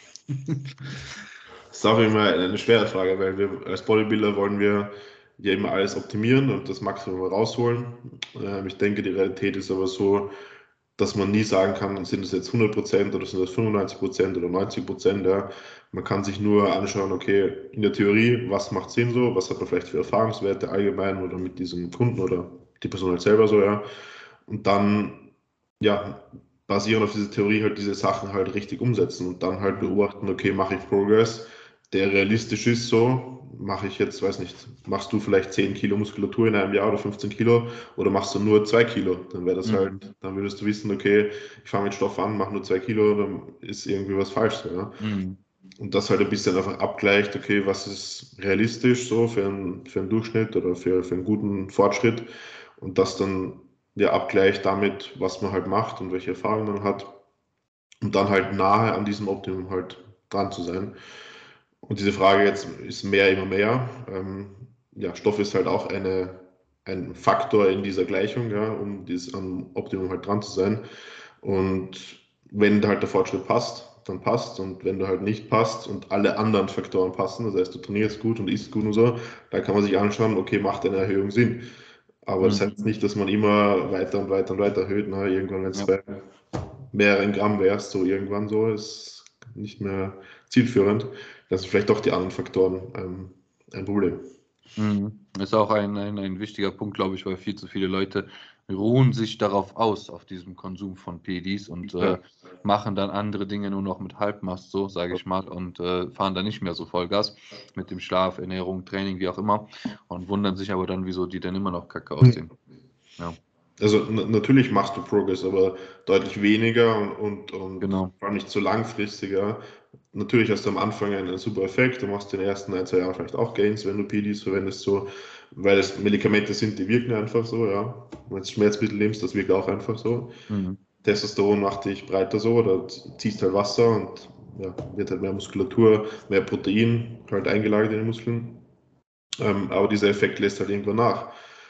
Das ist auch immer eine schwere Frage, weil wir als Bodybuilder wollen wir ja immer alles optimieren und das Maximum rausholen. Ich denke, die Realität ist aber so, dass man nie sagen kann, sind es jetzt 100% oder sind das 95% oder 90%. Ja. Man kann sich nur anschauen, okay, in der Theorie, was macht Sinn so, was hat man vielleicht für Erfahrungswerte allgemein oder mit diesem Kunden oder die Person halt selber so, ja. Und dann, ja, basierend auf diese Theorie halt diese Sachen halt richtig umsetzen und dann halt beobachten, okay, mache ich Progress, der realistisch ist so, mache ich jetzt, weiß nicht, machst du vielleicht 10 Kilo Muskulatur in einem Jahr oder 15 Kilo oder machst du nur 2 Kilo, dann wäre das halt, dann würdest du wissen, okay, ich fange mit Stoff an, mache nur 2 Kilo, dann ist irgendwie was falsch so, ja. Und das halt ein bisschen einfach abgleicht, okay, was ist realistisch so für einen Durchschnitt oder für einen guten Fortschritt, und das dann ja abgleicht damit, was man halt macht und welche Erfahrungen man hat, und dann halt nahe an diesem Optimum halt dran zu sein. Und diese Frage jetzt ist mehr immer mehr. Ja, Stoff ist halt auch ein Faktor in dieser Gleichung, ja, um am Optimum halt dran zu sein. Und wenn halt der Fortschritt passt, dann passt. Und wenn du halt nicht passt und alle anderen Faktoren passen, das heißt, du trainierst gut und isst gut und so, dann kann man sich anschauen, okay, macht eine Erhöhung Sinn. Aber das heißt nicht, dass man immer weiter und weiter und weiter erhöht. Ne? Irgendwann, wenn es bei mehreren Gramm wärst, so irgendwann so, ist nicht mehr zielführend. Das sind vielleicht doch die anderen Faktoren ein Problem. Ist auch ein wichtiger Punkt, glaube ich, weil viel zu viele Leute ruhen sich darauf aus, auf diesem Konsum von PEDs und machen dann andere Dinge nur noch mit Halbmast, so sage ich mal, und fahren dann nicht mehr so Vollgas mit dem Schlaf, Ernährung, Training, wie auch immer, und wundern sich aber dann, wieso die dann immer noch kacke aussehen. Ja. Also natürlich machst du Progress, aber deutlich weniger und Genau. vor allem nicht so langfristiger. Natürlich hast du am Anfang einen super Effekt, du machst in den ersten 1, 2 Jahren vielleicht auch Gains, wenn du PEDs verwendest, so, weil es Medikamente sind, die wirken einfach so, ja. Wenn du Schmerzmittel nimmst, das wirkt auch einfach so. Testosteron macht dich breiter so, oder ziehst halt Wasser und ja, wird halt mehr Muskulatur, mehr Protein halt eingelagert in den Muskeln. Aber dieser Effekt lässt halt irgendwann nach.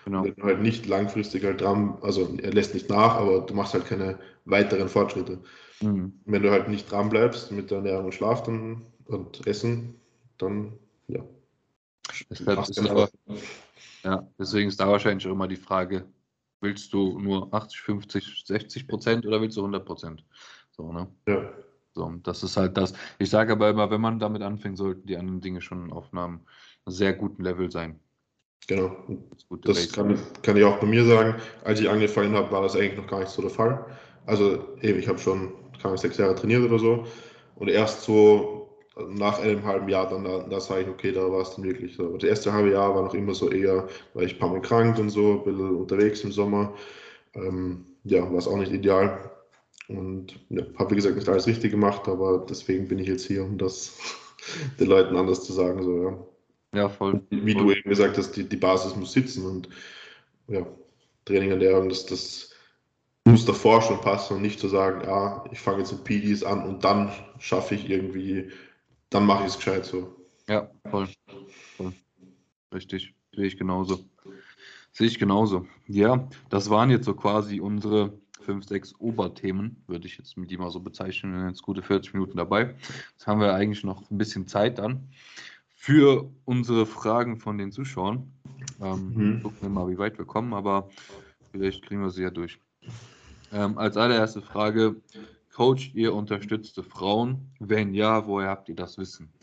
Genau. Wenn du halt nicht langfristig halt dran, also er lässt nicht nach, aber du machst halt keine weiteren Fortschritte. Mhm. Wenn du halt nicht dran bleibst mit der Ernährung und Schlaf und Essen, dann ja, Deshalb machst ist du es keine Arbeit. Ja, deswegen ist da wahrscheinlich auch immer die Frage, willst du nur 80, 50, 60% oder willst du 100%? So, ne? Ja, So, und das ist halt das. Ich sage aber immer, wenn man damit anfängt, sollten die anderen Dinge schon auf einem sehr guten Level sein. genau. Das gute Das Basic. kann ich auch bei mir sagen. Als ich angefangen habe, war das eigentlich noch gar nicht so der Fall. Also eben, ich habe schon, keine Ahnung, 6 Jahre trainiert oder so. Und erst so nach einem halben Jahr, dann da sage ich, okay, da war es dann wirklich so. Das erste halbe Jahr war noch immer so eher, war ich ein paar Mal krank und so, ein bisschen unterwegs im Sommer. Ja, war es auch nicht ideal. Und ja, habe, wie gesagt, nicht alles richtig gemacht, aber deswegen bin ich jetzt hier, um das den Leuten anders zu sagen. So, ja. Ja, voll. Wie du Voll. eben gesagt hast, die Basis muss sitzen und ja, Training, Ernährung, das muss davor schon passen und nicht zu sagen, ah, ich fange jetzt mit PDs an und dann schaffe ich irgendwie, dann mache ich es gescheit so. Ja, voll. Voll. Richtig. Sehe ich genauso. Sehe ich genauso. Ja, das waren jetzt so quasi unsere 5, 6 Oberthemen, würde ich jetzt mit die mal so bezeichnen. Wir sind jetzt gute 40 Minuten dabei. Jetzt haben wir eigentlich noch ein bisschen Zeit dann für unsere Fragen von den Zuschauern. Mhm. Gucken wir mal, wie weit wir kommen, aber vielleicht kriegen wir sie ja durch. Als allererste Frage, Coach, ihr unterstützte Frauen? Wenn ja, woher habt ihr das Wissen?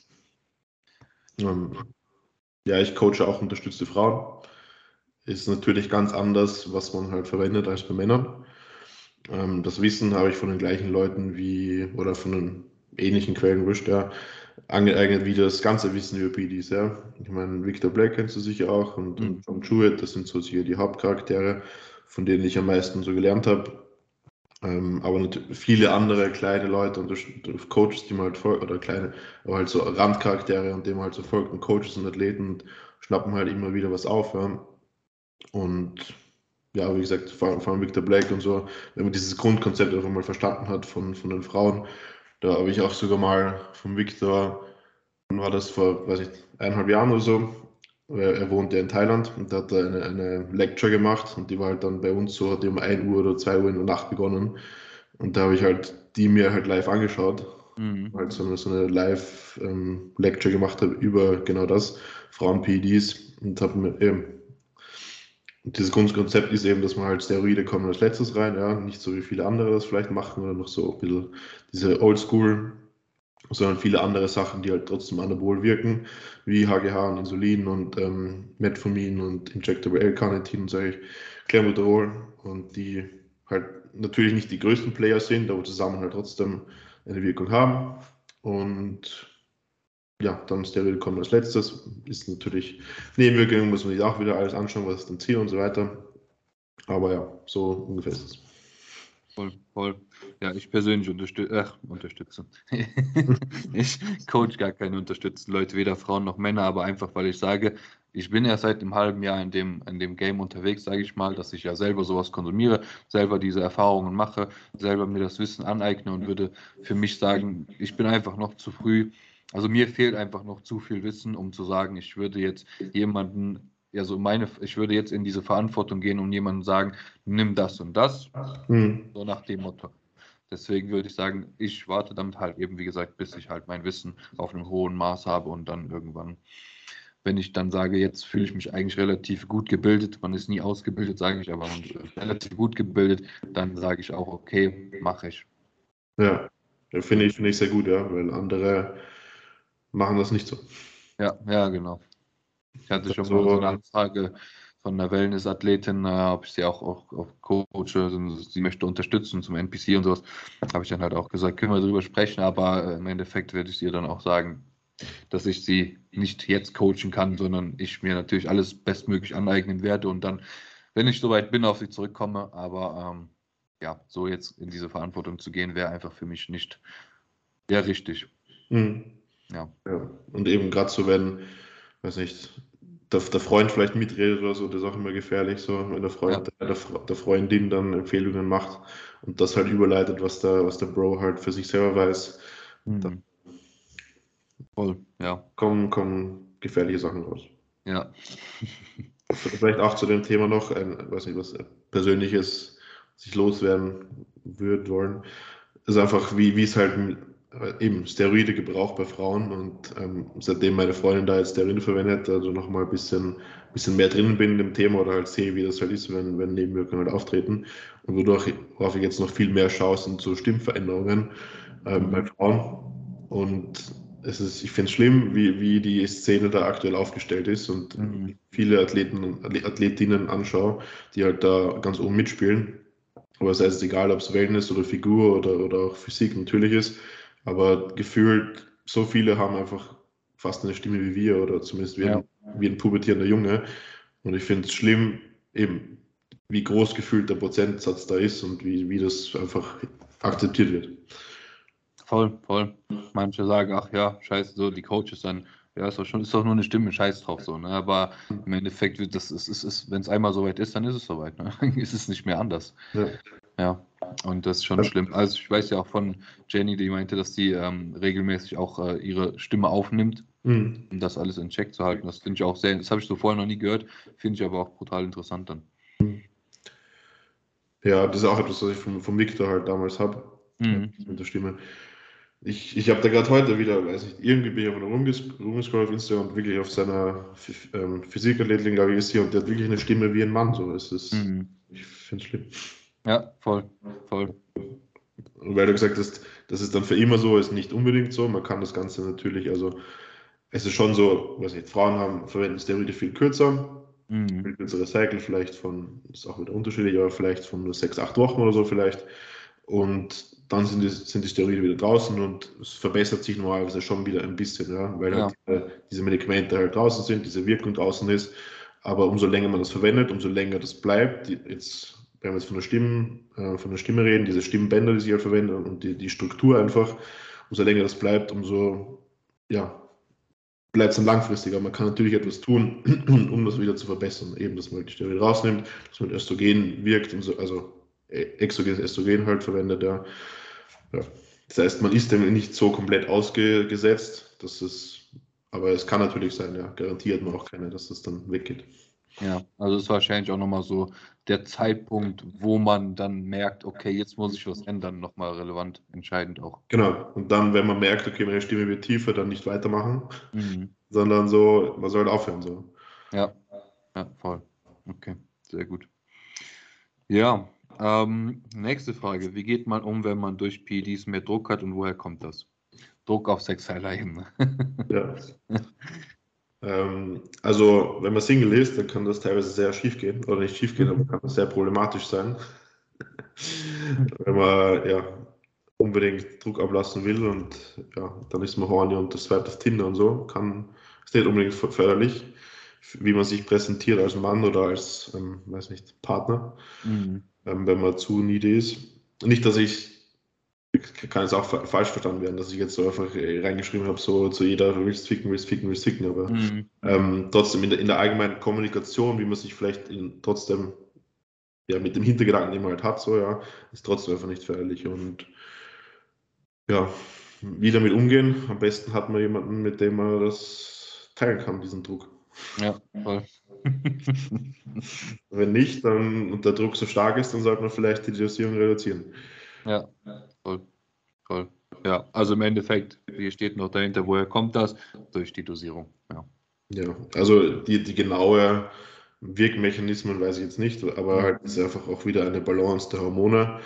Ja, ich coache auch unterstützte Frauen. Ist natürlich ganz anders, was man halt verwendet als bei Männern. Das Wissen habe ich von den gleichen Leuten wie, oder von den ähnlichen Quellen, wurscht, ja, angeeignet wie das ganze Wissen über PDs, ja. Ich meine, Victor Black kennst du sicher auch und John Jewett, das sind so sicher die Hauptcharaktere, von denen ich am meisten so gelernt habe. Aber viele andere kleine Leute und Coaches, die man halt folgt, oder kleine, aber halt so Randcharaktere, und dem man halt so folgt, und Coaches und Athleten schnappen halt immer wieder was auf. Ja. Und ja, wie gesagt, vor allem Victor Black und so, wenn man dieses Grundkonzept einfach mal verstanden hat von den Frauen, da habe ich auch sogar mal von Victor, wann war das, vor, weiß ich, 1,5 Jahren oder so, er wohnt ja in Thailand und da hat er eine Lecture gemacht und die war halt dann bei uns so, hat die um 1 Uhr oder 2 Uhr in der Nacht begonnen und da habe ich halt die mir halt live angeschaut, Mhm. halt so eine Live-Lecture gemacht habe über genau das, Frauen-PEDs und habe mir eben und dieses Grundkonzept ist eben, dass man halt Steroide kommen als letztes rein, ja, nicht so wie viele andere das vielleicht machen oder noch so ein bisschen diese Oldschool, sondern viele andere Sachen, die halt trotzdem anabol wirken, wie HGH und Insulin und Metformin und Injectable L-Carnitin und solche Clenbuterol und die halt natürlich nicht die größten Player sind, aber zusammen halt trotzdem eine Wirkung haben und ja, dann Steroide kommen als letztes, ist natürlich Nebenwirkungen, muss man sich auch wieder alles anschauen, was ist dann Ziel und so weiter. Aber ja, so ungefähr ist es. Voll, voll. Ja, ich persönlich unterstütze. Ich coach gar keine unterstützten Leute, weder Frauen noch Männer, aber einfach, weil ich sage, ich bin erst seit einem halben Jahr in dem Game unterwegs, sage ich mal, dass ich ja selber sowas konsumiere, selber diese Erfahrungen mache, selber mir das Wissen aneigne und würde für mich sagen, ich bin einfach noch zu früh. Also mir fehlt einfach noch zu viel Wissen, um zu sagen, ich würde jetzt jemanden, ich würde jetzt in diese Verantwortung gehen und jemandem sagen, nimm das und das. Hm. So nach dem Motto. Deswegen würde ich sagen, ich warte damit halt eben, wie gesagt, bis ich halt mein Wissen auf einem hohen Maß habe und dann irgendwann, wenn ich dann sage, jetzt fühle ich mich eigentlich relativ gut gebildet, man ist nie ausgebildet, sage ich, aber man ist relativ gut gebildet, dann sage ich auch, okay, mache ich. Ja, ja finde ich sehr gut, ja, weil andere machen das nicht so. Ja, ja, genau. Ich hatte schon mal so eine Also, Anfrage von einer Wellness-Athletin, ob ich sie auch coache, also sie möchte unterstützen zum NPC und sowas. Habe ich dann halt auch gesagt, können wir darüber sprechen, aber im Endeffekt werde ich ihr dann auch sagen, dass ich sie nicht jetzt coachen kann, sondern ich mir natürlich alles bestmöglich aneignen werde und dann, wenn ich soweit bin, auf sie zurückkomme. Aber ja, so jetzt in diese Verantwortung zu gehen, wäre einfach für mich nicht sehr richtig. hm, Ja, ja. Und eben gerade so, wenn, weiß nicht, der Freund vielleicht mitredet oder so, das ist auch immer gefährlich, so, wenn der ja, Freund der Freundin dann Empfehlungen macht und das halt überleitet, was der Bro halt für sich selber weiß, da mhm. Voll, ja, kommen gefährliche Sachen raus. ja. Vielleicht auch zu dem Thema noch, weiß nicht, was Persönliches sich loswerden wollen. Ist einfach, wie es halt eben Steroide gebraucht bei Frauen und seitdem meine Freundin da jetzt Steroide verwendet, also nochmal bisschen mehr drin bin in dem Thema oder halt sehe, wie das halt ist, wenn Nebenwirkungen halt auftreten und worauf ich jetzt noch viel mehr schaue, sind so Stimmveränderungen bei Frauen und ich finde es schlimm, wie die Szene da aktuell aufgestellt ist und viele Athletinnen anschaue, die halt da ganz oben mitspielen. Aber es ist egal, ob es Wellness oder Figur oder auch Physik natürlich ist. Aber gefühlt, so viele haben einfach fast eine Stimme wie wir oder zumindest wie ein pubertierender Junge. Und ich finde es schlimm, eben, wie groß gefühlt der Prozentsatz da ist und wie das einfach akzeptiert wird. Voll. Manche sagen, ach ja, scheiße, so die Coaches dann, ja, ist doch nur eine Stimme, scheiß drauf so, ne? Aber im Endeffekt wird wenn es einmal soweit ist, dann ist es soweit, ne? Dann ist es nicht mehr anders. Ja. Ja, und das ist schon schlimm. Also ich weiß ja auch von Jenny, die meinte, dass die regelmäßig auch ihre Stimme aufnimmt, um das alles in Check zu halten. Das finde ich auch das habe ich so vorher noch nie gehört, finde ich aber auch brutal interessant dann. Ja, das ist auch etwas, was ich vom Victor halt damals habe, mit der Stimme. Ich habe da gerade heute wieder, weiß nicht, irgendwie bin ich auf rumgescrollt auf Instagram und wirklich auf seiner Physikathletin, glaube ich, ist hier und der hat wirklich eine Stimme wie ein Mann. So. Ich finde es schlimm. Ja, voll. Und weil du gesagt hast, das ist dann für immer so, ist nicht unbedingt so. Man kann das Ganze natürlich, also es ist schon so, weiß nicht, verwenden Steroide viel kürzer, viel kürzere Cycle vielleicht ist auch wieder unterschiedlich, aber vielleicht von nur 6, 8 Wochen oder so vielleicht. Und dann sind die Steroide wieder draußen und es verbessert sich normalerweise schon wieder ein bisschen, ja, weil halt diese Medikamente halt draußen sind, diese Wirkung draußen ist. Aber umso länger man das verwendet, umso länger das bleibt. Wenn wir jetzt von der Stimme reden, diese Stimmbänder, die sie halt verwenden und die Struktur einfach, umso länger das bleibt, umso bleibt es dann langfristiger. Man kann natürlich etwas tun, um das wieder zu verbessern. Eben, dass man die Steroide rausnimmt, dass man Östrogen wirkt und so, also exogenes Östrogen halt verwendet, ja. Das heißt, man ist dem nicht so komplett ausgesetzt, aber es kann natürlich sein, ja, garantiert man auch keine, dass das dann weggeht. Ja, also ist wahrscheinlich auch nochmal so der Zeitpunkt, wo man dann merkt, okay, jetzt muss ich was ändern, nochmal relevant, entscheidend auch. Genau, und dann, wenn man merkt, okay, meine Stimme wird tiefer, dann nicht weitermachen, sondern so, man soll aufhören. So. Ja, voll. Okay, sehr gut. Ja, nächste Frage. Wie geht man um, wenn man durch PEDs mehr Druck hat und woher kommt das? Druck auf sexueller Ebene. Ja. Also, wenn man Single ist, dann kann das teilweise sehr schief gehen, oder nicht schief gehen, aber kann das sehr problematisch sein. Wenn man unbedingt Druck ablassen will und dann ist man horny und das swiped auf Tinder und so, ist nicht unbedingt förderlich, wie man sich präsentiert als Mann oder als, weiß nicht, Partner, wenn man zu needy ist. Nicht, kann jetzt auch falsch verstanden werden, dass ich jetzt so einfach reingeschrieben habe, so zu jeder, du willst ficken, aber trotzdem in der allgemeinen Kommunikation, wie man sich vielleicht trotzdem mit dem Hintergedanken, den man halt hat, ist trotzdem einfach nicht förderlich und wie damit umgehen. Am besten hat man jemanden, mit dem man das teilen kann, diesen Druck. Ja, voll. Wenn nicht, und der Druck so stark ist, dann sollte man vielleicht die Dosierung reduzieren. Ja, voll. Ja, also im Endeffekt, hier steht noch dahinter, woher kommt das? Durch die Dosierung. Ja, also die genaue Wirkmechanismen weiß ich jetzt nicht, aber halt ist einfach auch wieder eine Balance der Hormone.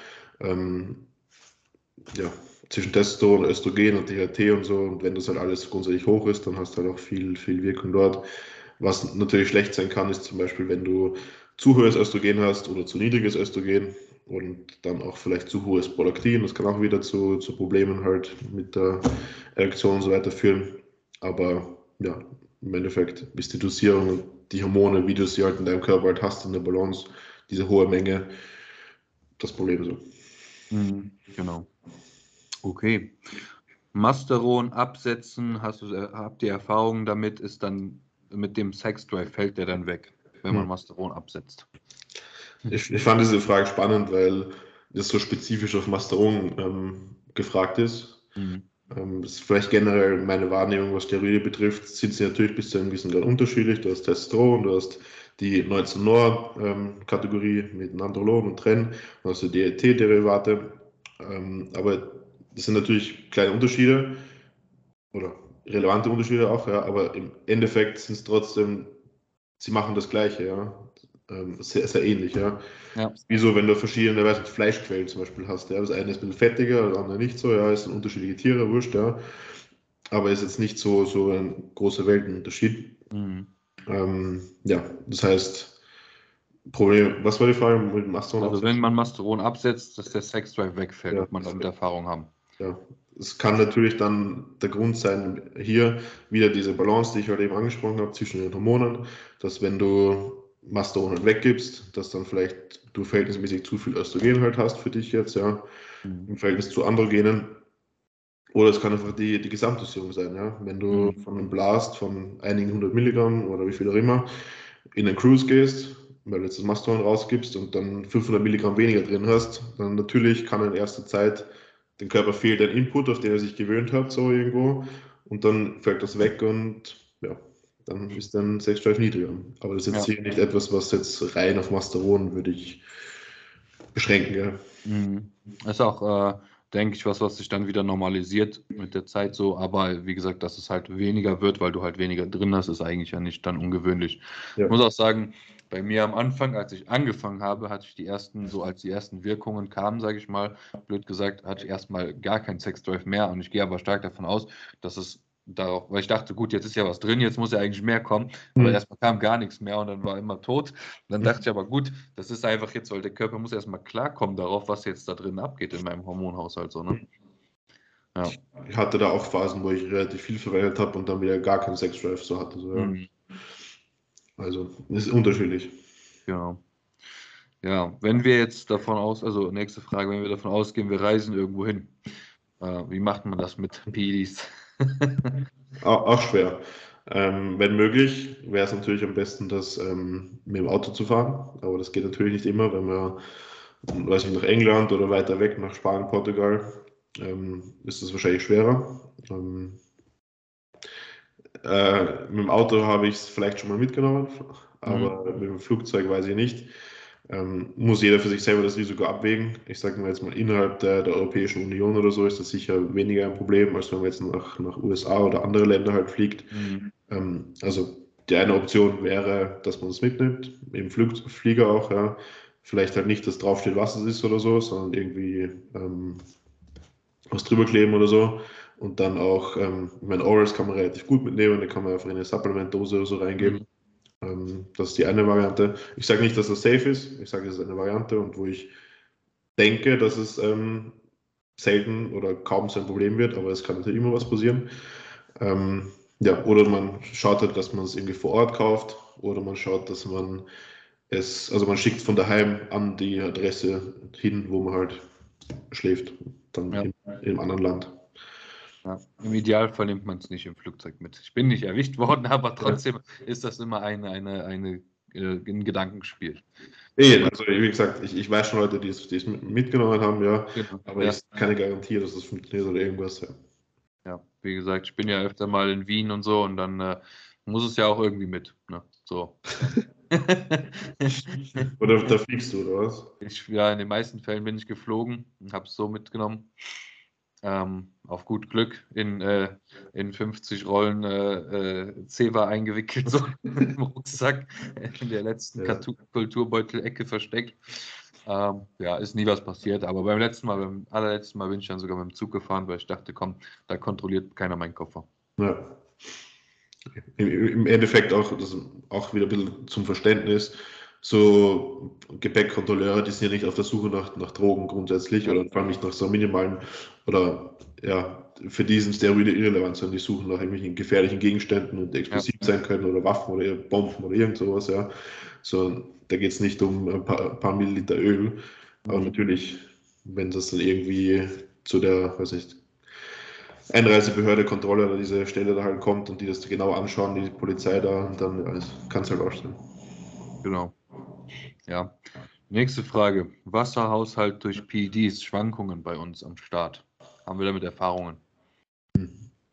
Zwischen Testosteron, Östrogen und THT und so. Und wenn das halt alles grundsätzlich hoch ist, dann hast du halt auch viel Wirkung dort. Was natürlich schlecht sein kann, ist zum Beispiel, wenn du zu hohes Östrogen hast oder zu niedriges Östrogen und dann auch vielleicht zu hohes Prolaktin. Das kann auch wieder zu Problemen halt mit der Erektion und so weiter führen. Aber ja, im Endeffekt ist die Dosierung und die Hormone, wie du sie halt in deinem Körper halt hast, in der Balance, diese hohe Menge, das Problem so. Genau. Okay. Masteron absetzen, habt ihr Erfahrungen damit, ist dann mit dem Sexdrive, fällt der dann weg, wenn man Masteron absetzt? Ich fand diese Frage spannend, weil das so spezifisch auf Masteron gefragt ist. Das ist vielleicht generell meine Wahrnehmung, was Steroide betrifft, sind sie natürlich bis zu einem gewissen Grad unterschiedlich. Du hast Testosteron, du hast die 19-Nor-Kategorie mit Nandrolon und Tren, dann hast du DHT-Derivate, aber das sind natürlich kleine Unterschiede oder relevante Unterschiede auch, ja, aber im Endeffekt sind es trotzdem, sie machen das Gleiche, ja, sehr, sehr ähnlich, ja. Ja. Wieso, wenn du verschiedene, weiß nicht, Fleischquellen zum Beispiel hast, ja, das eine ist ein bisschen fettiger, das andere nicht so, ja, es sind unterschiedliche Tiere, wurscht, ja, aber ist jetzt nicht so ein großer Weltenunterschied. Ja, das heißt, Problem, was war die Frage mit dem Mastodon? Also wenn man Masteron absetzt, dass der Sexdrive wegfällt, Ja, ob man damit Erfahrung haben. ja, es kann natürlich dann der Grund sein, hier wieder diese Balance, die ich halt eben angesprochen habe, zwischen den Hormonen, dass wenn du Masteron halt weggibst, dass dann vielleicht du verhältnismäßig zu viel Östrogen halt hast für dich jetzt, ja, im Verhältnis zu Androgenen. Oder es kann einfach die Gesamtdosierung sein, ja. Wenn du von einem Blast von einigen 100 Milligramm oder wie viel auch immer in den Cruise gehst, weil du jetzt das Masteron rausgibst und dann 500 Milligramm weniger drin hast, dann natürlich kann in erster Zeit dem Körper fehlt ein Input, auf den er sich gewöhnt hat, so irgendwo, und dann fällt das weg und ja, dann ist dein Sexdrive niedriger. Aber das ist jetzt hier nicht etwas, was jetzt rein auf Masteron würde ich beschränken, ja. Ist auch, denke ich, was sich dann wieder normalisiert mit der Zeit so, aber wie gesagt, dass es halt weniger wird, weil du halt weniger drin hast, ist eigentlich ja nicht dann ungewöhnlich. Ja. Ich muss auch sagen, bei mir am Anfang, als ich angefangen habe, hatte ich als die ersten Wirkungen kamen, sage ich mal, blöd gesagt, hatte ich erstmal gar keinen Sexdrive mehr und ich gehe aber stark davon aus, dass es darauf, weil ich dachte, gut, jetzt ist ja was drin, jetzt muss ja eigentlich mehr kommen, aber erstmal kam gar nichts mehr und dann war immer tot. Und dann dachte ich aber, gut, das ist einfach jetzt, weil der Körper muss erstmal klarkommen darauf, was jetzt da drin abgeht in meinem Hormonhaushalt, so, ne? Ja. Ich hatte da auch Phasen, wo ich relativ viel verwendet habe und dann wieder gar keinen Sexdrive so hatte. So, ja. Also, es ist unterschiedlich. Genau. Ja, wenn wir jetzt davon also nächste Frage, wenn wir davon ausgehen, wir reisen irgendwo hin, wie macht man das mit PEDs? Auch schwer. Wenn möglich, wäre es natürlich am besten, das mit dem Auto zu fahren. Aber das geht natürlich nicht immer, wenn man, weiß ich, nach England oder weiter weg, nach Spanien, Portugal, ist das wahrscheinlich schwerer. Mit dem Auto habe ich es vielleicht schon mal mitgenommen, aber mit dem Flugzeug weiß ich nicht. Muss jeder für sich selber das Risiko abwägen. Ich sage mal jetzt mal, innerhalb der Europäischen Union oder so ist das sicher weniger ein Problem, als wenn man jetzt nach USA oder andere Länder halt fliegt. Also die eine Option wäre, dass man es mitnimmt, im Flieger auch, ja. Vielleicht halt nicht, dass draufsteht, was es ist oder so, sondern irgendwie was drüber kleben oder so. Und dann auch, ich meine, Orals kann man relativ gut mitnehmen, da kann man einfach in eine Supplementdose oder so reingeben. Das ist die eine Variante. Ich sage nicht, dass das safe ist, ich sage, es ist eine Variante und wo ich denke, dass es selten oder kaum so ein Problem wird, aber es kann natürlich immer was passieren. Ja, oder man schaut halt, dass man es irgendwie vor Ort kauft, oder man schaut, dass man also man schickt von daheim an die Adresse hin, wo man halt schläft, dann im anderen Land. Ja. Im Idealfall nimmt man es nicht im Flugzeug mit. Ich bin nicht erwischt worden, aber trotzdem ist das immer ein Gedankenspiel. Also wie gesagt, ich weiß schon Leute, die es mitgenommen haben, ja, Genau. aber ich keine Garantie, dass das funktioniert oder irgendwas. Ja. Ja, wie gesagt, ich bin ja öfter mal in Wien und so und dann muss es ja auch irgendwie mit. Ne? So. Oder da fliegst du, oder was? Ja, in den meisten Fällen bin ich geflogen und habe es so mitgenommen. Auf gut Glück in 50 Rollen Zewa eingewickelt, so im Rucksack, in der letzten Kulturbeutel-Ecke versteckt. Ja, ist nie was passiert, aber beim allerletzten Mal bin ich dann sogar mit dem Zug gefahren, weil ich dachte, komm, da kontrolliert keiner meinen Koffer. Ja. Im Endeffekt auch wieder ein bisschen zum Verständnis. So Gepäckkontrolleure, die sind ja nicht auf der Suche nach Drogen grundsätzlich oder vor allem nicht nach so minimalen oder ja, für diesen Steroide irrelevant, sondern die suchen nach irgendwelchen gefährlichen Gegenständen und die explosiv sein können oder Waffen oder Bomben oder irgend sowas, ja. So, da geht es nicht um ein paar Milliliter Öl. Aber natürlich, wenn das dann irgendwie zu der, weiß nicht, Einreisebehörde, Kontrolle oder diese Stelle da halt kommt und die das genau anschauen, die Polizei da, und dann kann es halt auch sein. Genau. Ja. Nächste Frage. Wasserhaushalt durch PEDs, Schwankungen bei uns am Start. Haben wir damit Erfahrungen?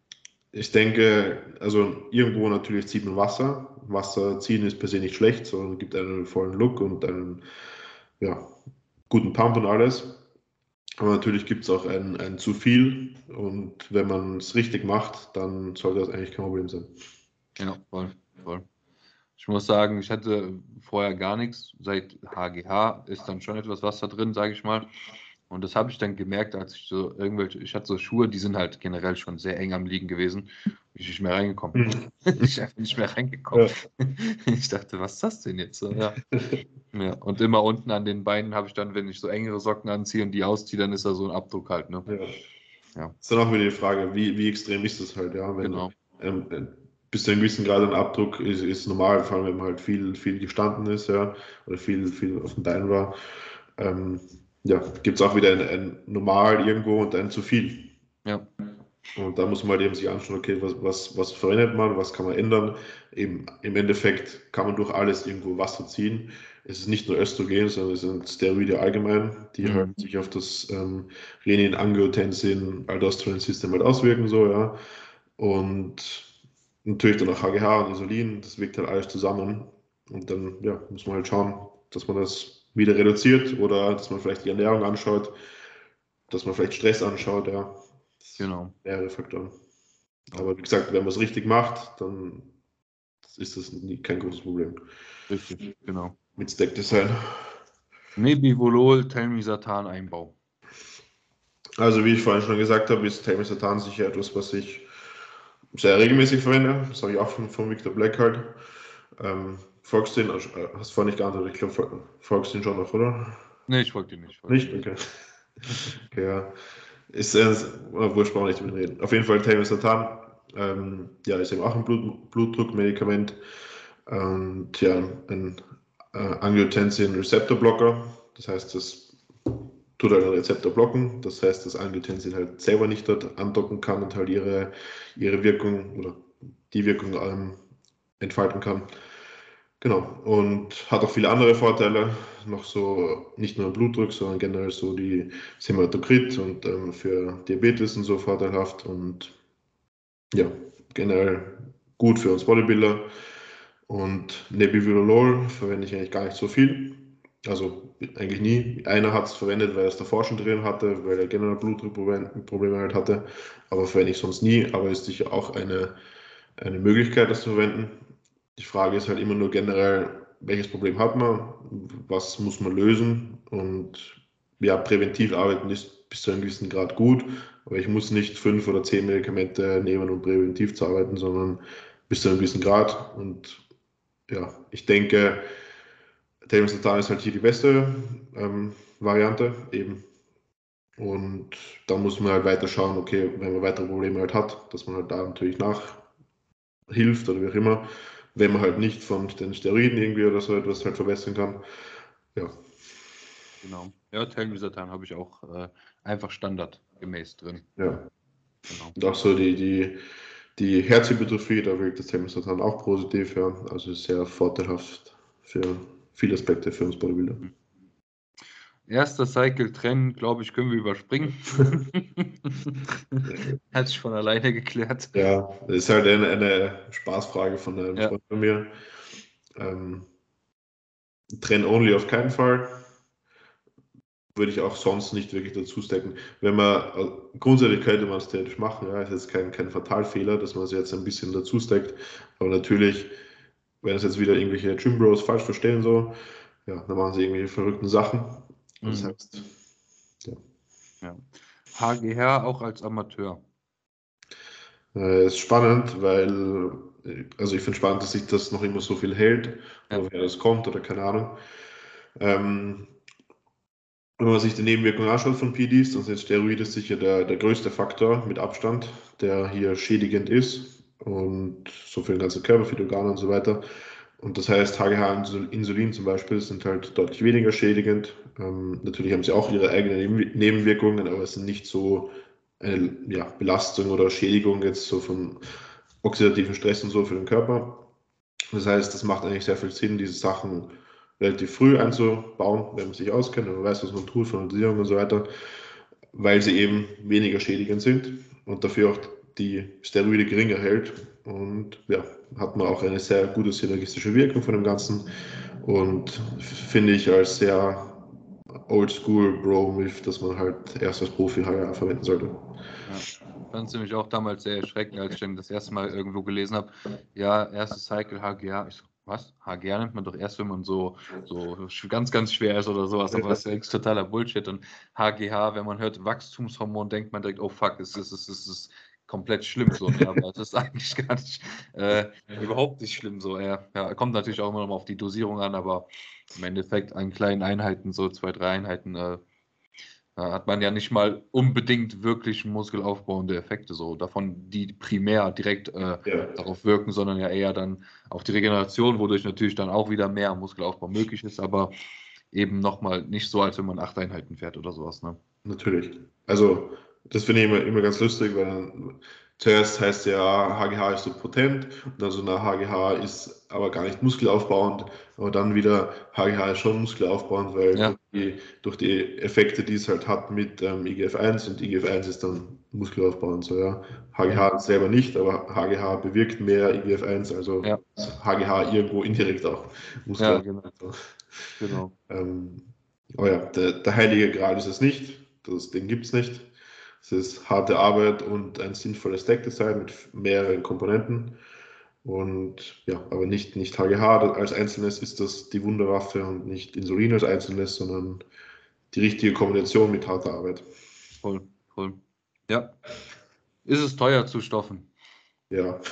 Ich denke, also irgendwo natürlich zieht man Wasser. Wasser ziehen ist per se nicht schlecht, sondern gibt einen vollen Look und einen ja, guten Pump und alles. Aber natürlich gibt es auch ein zu viel und wenn man es richtig macht, dann sollte das eigentlich kein Problem sein. Ja, voll, voll. Ich muss sagen, ich hatte vorher gar nichts. Seit HGH ist dann schon etwas Wasser drin, sage ich mal. Und das habe ich dann gemerkt, als ich hatte so Schuhe, die sind halt generell schon sehr eng am Liegen gewesen. Bin ich nicht mehr reingekommen. Mhm. Ich bin einfach nicht mehr reingekommen. Ja. Ich dachte, was ist das denn jetzt? So, ja. Ja. Und immer unten an den Beinen habe ich dann, wenn ich so engere Socken anziehe und die ausziehe, dann ist da so ein Abdruck halt, ne? Ja. Ja, Ist dann auch wieder die Frage, wie extrem ist das halt, ja? Wenn genau. bis zu einem gewissen Grad ein Abdruck ist normal, vor allem wenn man halt viel gestanden ist, ja, oder viel auf dem Bein war. Ähm, ja, gibt es auch wieder ein Normal irgendwo und ein zu viel. Ja, Und da muss man halt eben sich anschauen, okay, was verwendet man, was kann man ändern. Eben, im Endeffekt kann man durch alles irgendwo Wasser ziehen. Es ist nicht nur Östrogen, sondern es sind Steroide allgemein, die halt mhm. sich auf das Renin, Angiotensin, Aldosteron-System halt auswirken, so, ja. Und natürlich dann auch HGH und Insulin, das wirkt halt alles zusammen. Und dann, ja, muss man halt schauen, dass man das wieder reduziert oder dass man vielleicht die Ernährung anschaut, dass man vielleicht Stress anschaut, ja. Das Genau. mehrere Faktoren. Ja, Aber wie gesagt, wenn man es richtig macht, dann ist das kein großes Problem. richtig, genau. Mit Stack Design. Nebivolol, Telmisartan, Einbau. Also wie ich vorhin schon gesagt habe, ist Telmisartan sicher etwas, was ich sehr regelmäßig verwende. Das habe ich auch von Victor Black halt. Folgst du den? Hast du vorhin nicht geantwortet. Ich glaube, folgst du den schon noch, oder? Nee, ich folge dir nicht. Nicht? Okay. Okay, ja. Ist wurscht, brauchen wir nicht drüber reden. Auf jeden Fall Telmisartan. Ja, ist eben auch ein Blutdruckmedikament. Und ja, ein Angiotensin-Rezeptorblocker. Das heißt, das tut halt einen Rezeptor blocken. Das heißt, dass Angiotensin halt selber nicht dort andocken kann und halt ihre Wirkung oder die Wirkung entfalten kann. Genau. Und hat auch viele andere Vorteile. Noch so nicht nur Blutdruck, sondern generell so das Hämatokrit und für Diabetes und so vorteilhaft. Und ja, generell gut für uns Bodybuilder. Und Nebivolol verwende ich eigentlich gar nicht so viel. Also eigentlich nie. Einer hat es verwendet, weil er es davor schon drin hatte, weil er generell Blutdruckprobleme halt hatte. Aber verwende ich sonst nie. Aber ist sicher auch eine Möglichkeit, das zu verwenden. Die Frage ist halt immer nur generell, welches Problem hat man, was muss man lösen. Und ja, präventiv arbeiten ist bis zu einem gewissen Grad gut. Aber ich muss nicht 5 oder 10 Medikamente nehmen, um präventiv zu arbeiten, sondern bis zu einem gewissen Grad. Und ja, ich denke, Telmisartan ist halt hier die beste Variante eben. Und da muss man halt weiter schauen, okay, wenn man weitere Probleme halt hat, dass man halt da natürlich nachhilft oder wie auch immer, wenn man halt nicht von den Steroiden irgendwie oder so etwas halt verbessern kann. Ja, Genau. Ja, Telmisartan habe ich auch einfach standardgemäß drin. ja. Genau. Und auch so die Herzhypertrophie, da wirkt das Telmisartan auch positiv, ja. Also sehr vorteilhaft für viele Aspekte für uns Bodybuilder. Erster Cycle trennen, glaube ich, können wir überspringen. Hat sich von alleine geklärt. Ja, das ist halt eine Spaßfrage von einem Ja, Freund von mir. Trend-only auf keinen Fall. Würde ich auch sonst nicht wirklich dazu stecken. Wenn man, grundsätzlich könnte man es theoretisch machen, ja, ist jetzt kein Fatalfehler, dass man es jetzt ein bisschen dazu steckt. Aber natürlich, wenn es jetzt wieder irgendwelche Gym Bros falsch verstehen, so, ja, dann machen sie irgendwelche verrückten Sachen. Das mhm. heißt, ja. Ja. HGH auch als Amateur. Ist spannend, weil, also ich finde spannend, dass sich das noch immer so viel hält, Ja. woher das kommt oder keine Ahnung. Ähm, Wenn man sich die Nebenwirkungen anschaut von PDs, dann sind Steroide sicher der größte Faktor mit Abstand, der hier schädigend ist und so für den ganzen Körper, für die Organe und so weiter. Und das heißt, HGH und Insulin zum Beispiel sind halt deutlich weniger schädigend. Natürlich haben sie auch ihre eigenen Nebenwirkungen, aber es sind nicht so eine Belastung oder Schädigung jetzt so von oxidativen Stress und so für den Körper. Das heißt, das macht eigentlich sehr viel Sinn, diese Sachen relativ früh einzubauen, wenn man sich auskennt, wenn man weiß, was man tut, von Dosierung und so weiter, weil sie eben weniger schädigend sind und dafür auch die Steroide geringer hält und ja, hat man auch eine sehr gute synergistische Wirkung von dem Ganzen und finde ich als sehr oldschool Bro-Myth, dass man halt erst als Profi HGH verwenden sollte. Ja. Fand es nämlich auch damals sehr erschreckend, als ich dann das erste Mal irgendwo gelesen habe, ja, erstes Cycle HGH. Ich so, was? HGH nimmt man doch erst, wenn man so ganz, ganz schwer ist oder sowas, aber das ist ja totaler Bullshit. Und HGH, wenn man hört Wachstumshormon, denkt man direkt, oh fuck, es ist komplett schlimm so. Ne? Aber es ist eigentlich gar nicht, überhaupt nicht schlimm so. Ja, kommt natürlich auch immer noch mal auf die Dosierung an, aber im Endeffekt an kleinen Einheiten, so 2, 3 Einheiten, da hat man ja nicht mal unbedingt wirklich muskelaufbauende Effekte, so davon, die primär direkt darauf wirken, sondern ja eher dann auf die Regeneration, wodurch natürlich dann auch wieder mehr Muskelaufbau möglich ist, aber eben nochmal nicht so, als wenn man 8 Einheiten fährt oder sowas. Ne? Natürlich. Also, das finde ich immer ganz lustig, weil dann zuerst heißt ja, HGH ist so potent und dann so, na, HGH ist aber gar nicht muskelaufbauend, aber dann wieder, HGH ist schon muskelaufbauend, weil Ja, durch die Effekte, die es halt hat mit IGF-1 und IGF-1 ist dann muskelaufbauend, so ja. HGH selber nicht, aber HGH bewirkt mehr IGF-1, also ja, HGH irgendwo indirekt auch ja, muskelaufbauend. genau. Genau. Aber ja, der heilige Gral ist es nicht. Den gibt es nicht. Es ist harte Arbeit und ein sinnvolles Deckdesign mit mehreren Komponenten. Und ja, aber nicht HGH als Einzelnes ist das die Wunderwaffe und nicht Insulin als Einzelnes, sondern die richtige Kombination mit harter Arbeit. Voll, voll. Ja. Ist es teuer zu stoffen? Ja,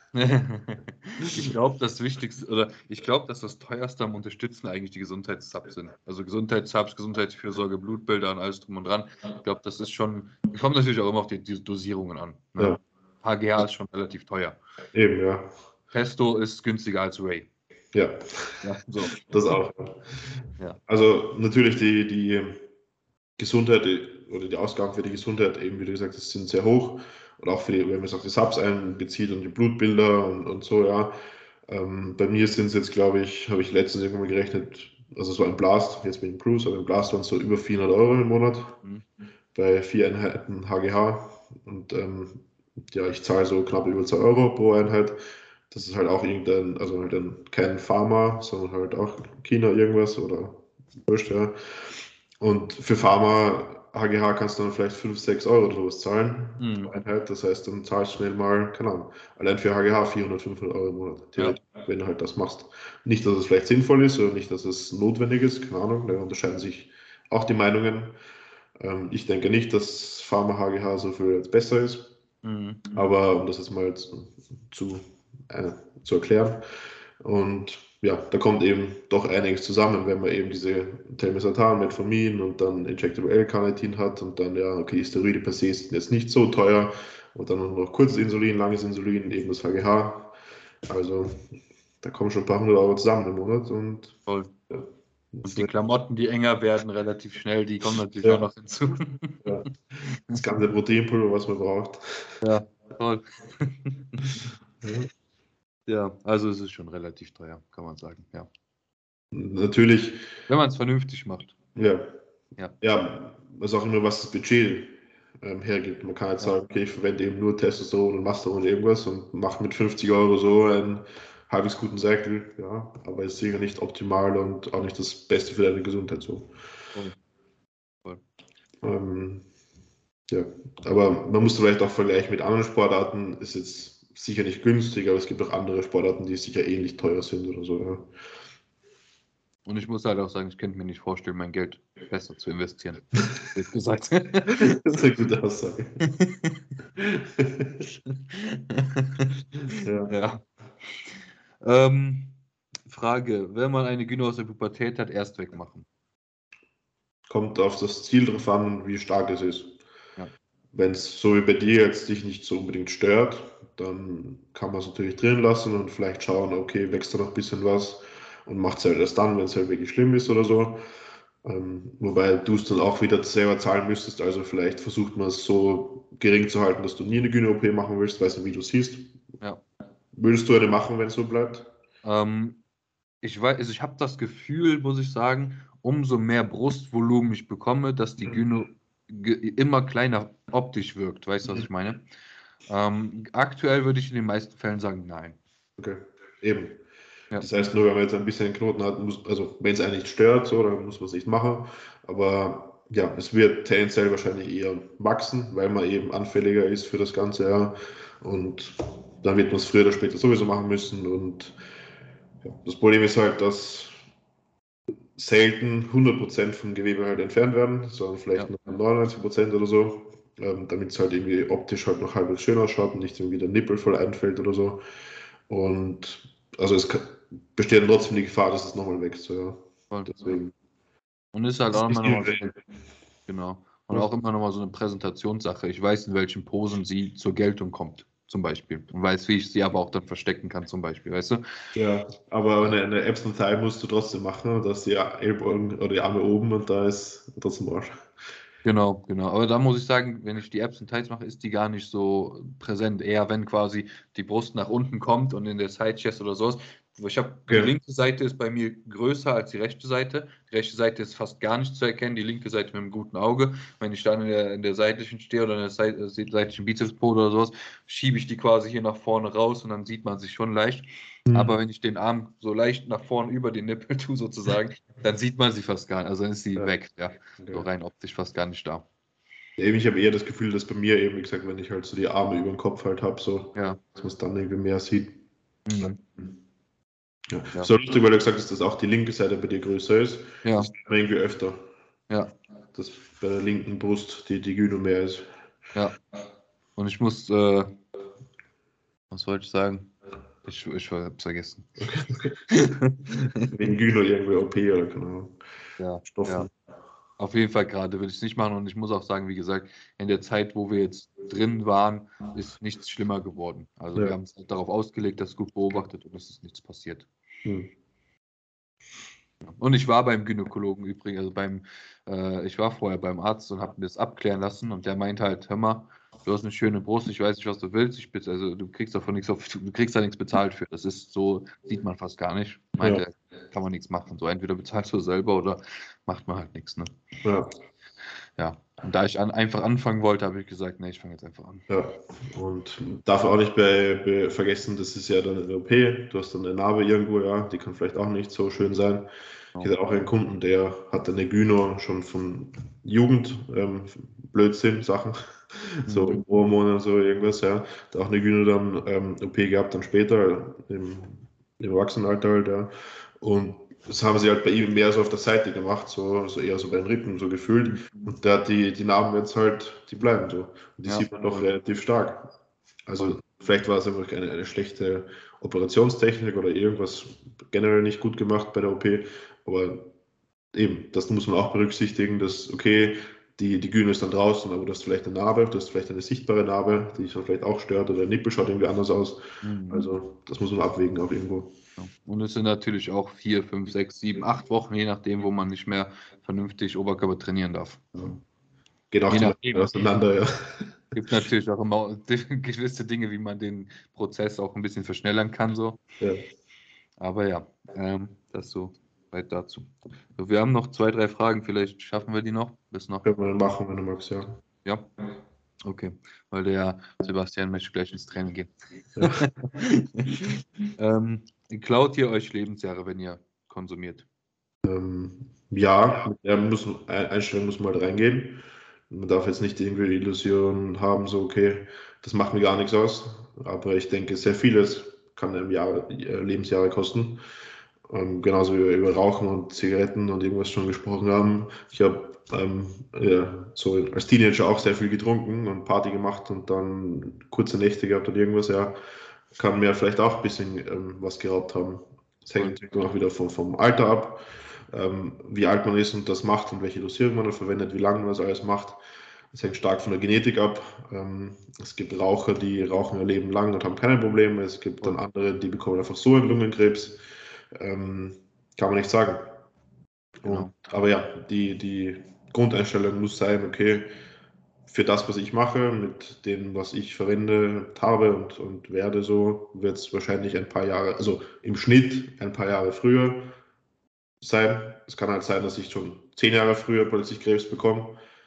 Ich glaube, das Wichtigste, oder ich glaube, dass das teuerste am Unterstützen eigentlich die Gesundheitssubs sind. Also Gesundheitssubs, Gesundheitsfürsorge, Blutbilder und alles drum und dran. Ich glaube, das ist schon, kommt natürlich auch immer auf die Dosierungen an. Ne? ja, HGH ist schon relativ teuer. eben, ja. Pesto ist günstiger als Whey. Ja, Ja, so. das auch. Ja. Also natürlich die Gesundheit oder die Ausgaben für die Gesundheit, eben wie du gesagt hast, sind sehr hoch. Und auch für die, wenn man es auf die Subs einbezieht und die Blutbilder und so, ja. Bei mir sind es jetzt, glaube ich, habe ich letztens irgendwann mal gerechnet, also so ein Blast, jetzt bin ich im Cruise, aber im Blast waren es so über 400 Euro im Monat bei 4 Einheiten HGH. Und ja, ich zahle so knapp über 2 Euro pro Einheit. Das ist halt auch irgendein, also halt kein Pharma, sondern halt auch China irgendwas oder wurscht, ja. Und für Pharma HGH kannst du dann vielleicht 5, 6 Euro oder sowas zahlen pro Einheit. Das heißt, dann zahlst du schnell mal, keine Ahnung, allein für HGH 400, 500 Euro im Monat, theoretisch, wenn du halt das machst. Nicht, dass es vielleicht sinnvoll ist oder nicht, dass es notwendig ist, keine Ahnung, da unterscheiden sich auch die Meinungen. Ich denke nicht, dass Pharma HGH so viel jetzt besser ist. Aber um das jetzt mal zu erklären. Und ja, da kommt eben doch einiges zusammen, wenn man eben diese Telmisartan, Metformin und dann Injectable L-Carnitin hat und dann, ja, okay, die Steroide per se sind jetzt nicht so teuer und dann noch kurzes Insulin, langes Insulin, eben das HGH. Also da kommen schon ein paar 100 Euro zusammen im Monat und Voll. ja, Und die Klamotten, die enger werden, relativ schnell, die kommen natürlich ja, auch noch hinzu. ja, das ganze Proteinpulver, was man braucht. Ja, voll. Ja. Ja, also es ist schon relativ teuer, kann man sagen, ja. Natürlich. Wenn man es vernünftig macht. Ja. Ja. Ja, was auch immer, was das Budget hergibt. Man kann jetzt sagen, okay, ich verwende eben nur Testosteron und Masteron und irgendwas und mache mit 50 Euro so einen halbwegs guten Cycle, ja, aber ist sicher nicht optimal und auch nicht das Beste für deine Gesundheit so. Voll. Voll. Ja, aber man muss vielleicht auch vergleichen mit anderen Sportarten, ist jetzt sicher nicht günstig, aber es gibt auch andere Sportarten, die sicher ähnlich teuer sind oder so, ja. Und ich muss halt auch sagen, ich könnte mir nicht vorstellen, mein Geld besser zu investieren. Wird gesagt. Das ist eine gute Aussage. Ja. Frage, wenn man eine Gyno aus der Pubertät hat, erst wegmachen. Kommt auf das Ziel drauf an, wie stark es ist. Ja. Wenn es so wie bei dir jetzt dich nicht so unbedingt stört, dann kann man es natürlich drin lassen und vielleicht schauen, okay, wächst da noch ein bisschen was und macht es halt erst dann, wenn es halt wirklich schlimm ist oder so. Wobei du es dann auch wieder selber zahlen müsstest, also vielleicht versucht man es so gering zu halten, dass du nie eine Gyno-OP machen willst, weiß nicht, wie du siehst. Ja. Würdest du eine machen, wenn es so bleibt? Ich weiß, also ich habe das Gefühl, muss ich sagen, umso mehr Brustvolumen ich bekomme, dass die Gyno immer kleiner optisch wirkt. Weißt du, was ich meine? Aktuell würde ich in den meisten Fällen sagen, nein. Okay, eben. Ja. Das heißt, nur wenn man jetzt ein bisschen einen Knoten hat, also wenn es einen nicht stört, so, dann muss man es nicht machen. Aber ja, es wird tendenziell wahrscheinlich eher wachsen, weil man eben anfälliger ist für das ganze Jahr. Und dann wird man es früher oder später sowieso machen müssen. Und ja, das Problem ist halt, dass selten 100% vom Gewebe halt entfernt werden, sondern vielleicht Ja. nur 99% oder so, damit es halt irgendwie optisch halt noch halbwegs schön ausschaut und nicht irgendwie der Nippel voll einfällt oder so. Und also besteht dann trotzdem die Gefahr, dass es nochmal wächst. So, ja. Voll. Deswegen. Und ist halt Das auch ist immer noch nicht mal so, genau. Und auch immer noch mal so eine Präsentationssache. Ich weiß, in welchen Posen sie zur Geltung kommt, zum Beispiel. Und weiß, wie ich sie aber auch dann verstecken kann, zum Beispiel, weißt du? Ja, aber eine Epson Thigh musst du trotzdem machen, da ist die Ellbogen oder die Arme oben und da ist trotzdem Arsch. Genau, genau. Aber da muss ich sagen, wenn ich die Apps und Tights mache, ist die gar nicht so präsent. Eher wenn quasi die Brust nach unten kommt und in der Side Chest oder sowas. Ich habe die Okay. linke Seite ist bei mir größer als die rechte Seite. Die rechte Seite ist fast gar nicht zu erkennen, die linke Seite mit einem guten Auge. Wenn ich dann in der seitlichen stehe oder in der seitlichen Bizepspose oder sowas, schiebe ich die quasi hier nach vorne raus und dann sieht man sich schon leicht. Aber wenn ich den Arm so leicht nach vorne über den Nippel tue, sozusagen, dann sieht man sie fast gar nicht. Also dann ist sie Ja. weg, ja. So Okay. rein optisch fast gar nicht da. Ja, eben, ich habe eher das Gefühl, dass bei mir eben, wie gesagt, wenn ich halt so die Arme über den Kopf halt habe, so, Ja. dass man es dann irgendwie mehr sieht. Mhm. Ja. Ja. So lustig, weil du gesagt hast, dass auch die linke Seite bei dir größer ist. Ja. Das sieht man irgendwie öfter, Ja. dass bei der linken Brust die Gyno mehr ist. Ja. Und ich muss, was wollte ich sagen? Ich hab's vergessen. Okay. Wegen Gyno irgendwie OP oder keine Ahnung. Ja. Stoffen. Auf jeden Fall gerade will ich es nicht machen und ich muss auch sagen, wie gesagt, in der Zeit, wo wir jetzt drin waren, ist nichts schlimmer geworden. Also wir Ja. haben es halt darauf ausgelegt, das gut beobachtet und es ist nichts passiert. Hm. Und ich war beim Gynäkologen übrigens, ich war vorher beim Arzt und habe mir das abklären lassen und der meint halt, hör mal, du hast eine schöne Brust, ich weiß nicht, was du willst, also du kriegst davon nichts du kriegst da nichts bezahlt für. Das ist so, sieht man fast gar nicht. Meint Ja. er, kann man nichts machen. So entweder bezahlst du selber oder macht man halt nichts, ne? Ja. Ja. Und da ich einfach anfangen wollte, habe ich gesagt, nee, ich fange jetzt einfach an. Ja, und darf auch nicht vergessen, das ist ja dann eine OP, du hast dann eine Narbe irgendwo, ja, die kann vielleicht auch nicht so schön sein. Ich hatte auch einen Kunden, der hatte eine Gyno schon von Jugend, Blödsinn, Sachen, so Mhm. Hormone, so irgendwas, ja. Hat auch eine Gyno dann OP gehabt, dann später im Erwachsenenalter halt, ja. Und das haben sie halt bei ihm mehr so auf der Seite gemacht, so eher so bei den Rippen, so gefühlt. Und der hat die Narben jetzt halt, die bleiben so. Und die Ja, sieht man doch relativ stark. voll. Also vielleicht war es einfach eine schlechte Operationstechnik oder irgendwas generell nicht gut gemacht bei der OP. Aber eben, das muss man auch berücksichtigen, dass, okay, die Gyno ist dann draußen, aber du hast vielleicht eine Narbe, du hast vielleicht eine sichtbare Narbe, die dich dann vielleicht auch stört oder der Nippel schaut irgendwie anders aus. Mhm. Also das muss man abwägen auch irgendwo. Ja. Und es sind natürlich auch 4, 5, 6, 7, 8 Wochen, je nachdem, wo man nicht mehr vernünftig Oberkörper trainieren darf. Ja. Geht auch Je die Meinung nachdem. auseinander, ja. Gibt natürlich auch immer gewisse Dinge, wie man den Prozess auch ein bisschen verschnellern kann, so. Ja, Aber ja, das so weit dazu. So, wir haben noch 2, 3 Fragen, vielleicht schaffen wir die noch. Bis noch. können wir dann machen, wenn du magst, ja. Ja, okay. Weil der Sebastian möchte gleich ins Training gehen. Ja. Klaut ihr euch Lebensjahre, wenn ihr konsumiert? Ja, mit der Einstellung muss man halt reingehen. Man darf jetzt nicht irgendwie die Illusion haben, so, okay, das macht mir gar nichts aus. Aber ich denke, sehr vieles kann im Jahr Lebensjahre kosten. Genauso wie wir über Rauchen und Zigaretten und irgendwas schon gesprochen haben. Ich habe ja, so als Teenager auch sehr viel getrunken und Party gemacht und dann kurze Nächte gehabt oder irgendwas, ja, kann mir vielleicht auch ein bisschen was geraubt haben. Das hängt natürlich auch wieder vom Alter ab, wie alt man ist und das macht und welche Dosierung man dann verwendet, wie lange man das alles macht. Das hängt stark von der Genetik ab. Es gibt Raucher, die rauchen ihr Leben lang und haben keine Probleme. Es gibt dann andere, die bekommen einfach so einen Lungenkrebs. Kann man nicht sagen. Genau. Aber ja, die Grundeinstellung muss sein, okay, für das, was ich mache, mit dem, was ich verwende, habe und werde, so wird es wahrscheinlich ein paar Jahre, also im Schnitt ein paar Jahre früher sein. Es kann halt sein, dass ich schon 10 Jahre früher plötzlich Krebs bekomme.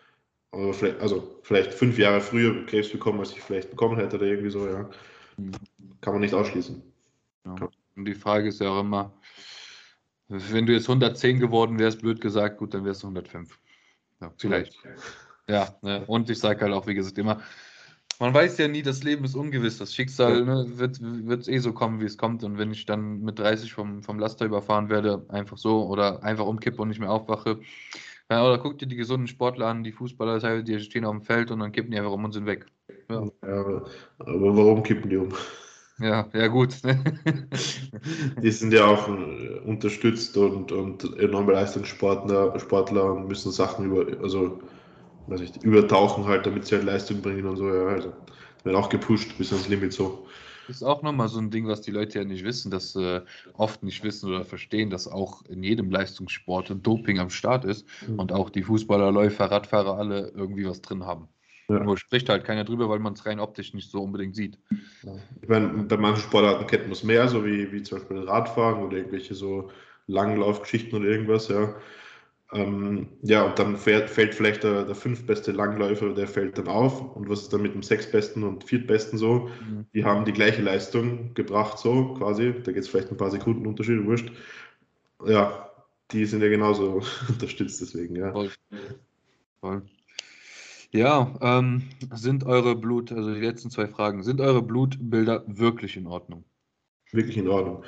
Aber vielleicht 5 Jahre früher Krebs bekommen, als ich vielleicht bekommen hätte oder irgendwie so, ja. Kann man nicht ausschließen. Ja. Und die Frage ist ja auch immer, wenn du jetzt 110 geworden wärst, blöd gesagt, gut, dann wärst du 105. Ja, vielleicht. Ja, ne? Und ich sage halt auch, wie gesagt, immer, man weiß ja nie, das Leben ist ungewiss. Das Schicksal, ne, wird so kommen, wie es kommt. Und wenn ich dann mit 30 vom Laster überfahren werde, einfach so, oder einfach umkippe und nicht mehr aufwache, ja, oder guck dir die gesunden Sportler an, die Fußballer, die stehen auf dem Feld und dann kippen die einfach um und sind weg. Ja, Ja, aber warum kippen die um? ja gut. Die sind ja auch unterstützt und enorme Leistungssportler und müssen Sachen weiß ich, übertauchen halt, damit sie halt Leistung bringen und so. Ja, also werden auch gepusht bis ans Limit so. Ist auch nochmal so ein Ding, was die Leute ja nicht wissen, dass oft nicht wissen oder verstehen, dass auch in jedem Leistungssport Doping am Start ist und auch die Fußballer, Läufer, Radfahrer alle irgendwie was drin haben. Ja. Nur spricht halt keiner drüber, weil man es rein optisch nicht so unbedingt sieht. Ich meine, bei manchen Sportarten kennt man es mehr, so wie zum Beispiel Radfahren oder irgendwelche so Langlaufgeschichten oder irgendwas, ja. Ja, und dann fällt vielleicht der fünftbeste Langläufer, der fällt dann auf. Und was ist dann mit dem sechstbesten und viertbesten so? Mhm. Die haben die gleiche Leistung gebracht, so quasi. Da geht es vielleicht ein paar Sekunden Unterschied, wurscht. Ja, die sind ja genauso unterstützt deswegen, ja. Voll. Voll. Ja, sind eure also die letzten 2 Fragen, sind eure Blutbilder wirklich in Ordnung? Wirklich in Ordnung.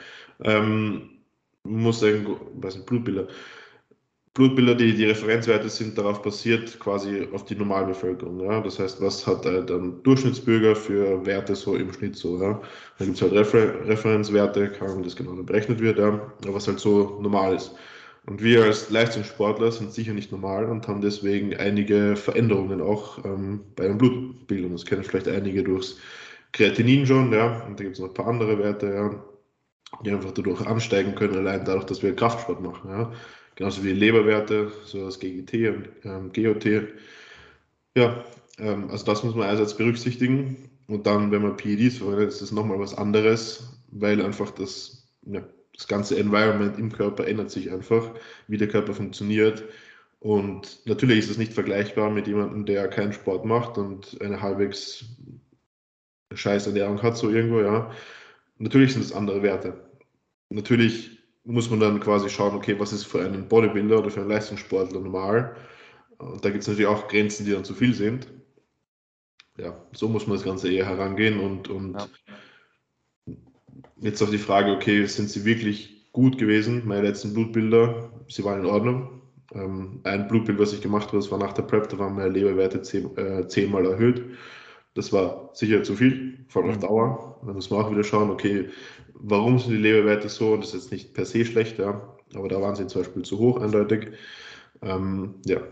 Muss sagen, was sind Blutbilder? Blutbilder, die Referenzwerte sind darauf basiert, quasi auf die Normalbevölkerung. Ja? Das heißt, was hat ein Durchschnittsbürger für Werte so im Schnitt so? Ja? Da gibt es halt Referenzwerte, keine Ahnung, das genau berechnet wird, ja? Was halt so normal ist. Und wir als Leistungssportler sind sicher nicht normal und haben deswegen einige Veränderungen auch bei den Blutbildern. Das kennen vielleicht einige durchs Kreatinin schon, ja, und da gibt es noch ein paar andere Werte, ja, die einfach dadurch ansteigen können, allein dadurch, dass wir Kraftsport machen. Ja. Genauso wie Leberwerte, so das GGT und GOT. Ja, also das muss man einerseits berücksichtigen. Und dann, wenn man PEDs verwendet, ist das nochmal was anderes, weil einfach das ganze Environment im Körper ändert sich einfach, wie der Körper funktioniert. Und natürlich ist es nicht vergleichbar mit jemandem, der keinen Sport macht und eine halbwegs scheiß Ernährung hat, so irgendwo, ja. Natürlich sind es andere Werte. Natürlich muss man dann quasi schauen, okay, was ist für einen Bodybuilder oder für einen Leistungssportler normal. Und da gibt es natürlich auch Grenzen, die dann zu viel sind. Ja, so muss man das Ganze eher herangehen und jetzt auf die Frage, okay, sind sie wirklich gut gewesen? Meine letzten Blutbilder, sie waren in Ordnung. Ein Blutbild, was ich gemacht habe, das war nach der Prep, da waren meine Leberwerte 10-mal erhöht. Das war sicher zu viel, vor allem auf Dauer. Da muss man auch wieder schauen, okay, warum sind die Leberwerte so? Das ist jetzt nicht per se schlecht, ja, aber da waren sie zum Beispiel zu hoch, eindeutig. Ja.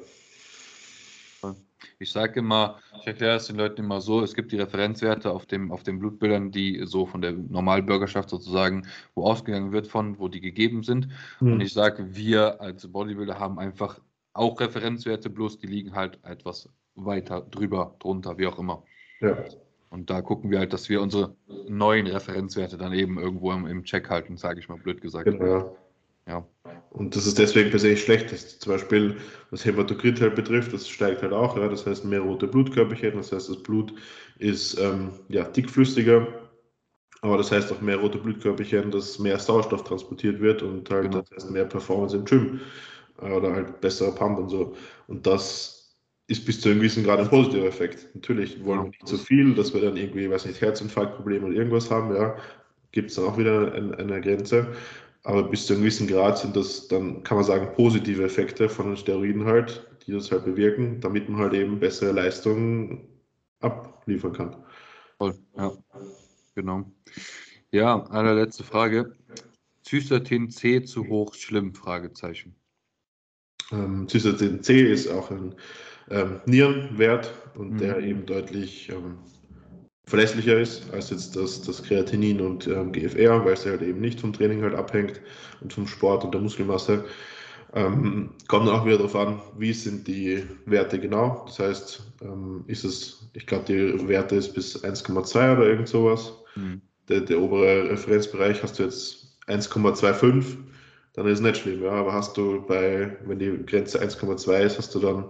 Ich sage immer, ich erkläre es den Leuten immer so, es gibt die Referenzwerte auf den Blutbildern, die so von der Normalbürgerschaft sozusagen, wo ausgegangen wird von, wo die gegeben sind. Und ich sage, wir als Bodybuilder haben einfach auch Referenzwerte, bloß die liegen halt etwas weiter drüber, drunter, wie auch immer. Ja. Und da gucken wir halt, dass wir unsere neuen Referenzwerte dann eben irgendwo im Check halten, sage ich mal blöd gesagt. Genau, ja. Ja. Und das ist deswegen per se schlecht. Das zum Beispiel, was Hämatokrit halt betrifft, das steigt halt auch. Ja, das heißt, mehr rote Blutkörperchen. Das heißt, das Blut ist dickflüssiger. Aber das heißt auch mehr rote Blutkörperchen, dass mehr Sauerstoff transportiert wird und halt Genau. das heißt mehr Performance im Gym oder halt besserer Pump und so. Und das ist bis zu einem gewissen Grad ein positiver Effekt. Natürlich wollen wir nicht zu viel, dass wir dann irgendwie, weiß nicht, Herzinfarktprobleme oder irgendwas haben. Ja, gibt es dann auch wieder eine Grenze. Aber bis zu einem gewissen Grad sind das dann, kann man sagen, positive Effekte von den Steroiden halt, die das halt bewirken, damit man halt eben bessere Leistungen abliefern kann. Voll, ja, genau. Ja, allerletzte Frage. Cystatin C zu hoch, schlimm? Fragezeichen. Cystatin C ist auch ein Nierenwert und der Mhm. eben deutlich verlässlicher ist als jetzt das Kreatinin und GFR, weil es halt eben nicht vom Training halt abhängt und vom Sport und der Muskelmasse. Kommt dann auch wieder darauf an, wie sind die Werte genau. Das heißt, ich glaube, die Werte ist bis 1,2 oder irgend sowas. Mhm. Der obere Referenzbereich hast du jetzt 1,25, dann ist es nicht schlimm, ja. Aber wenn die Grenze 1,2 ist, hast du dann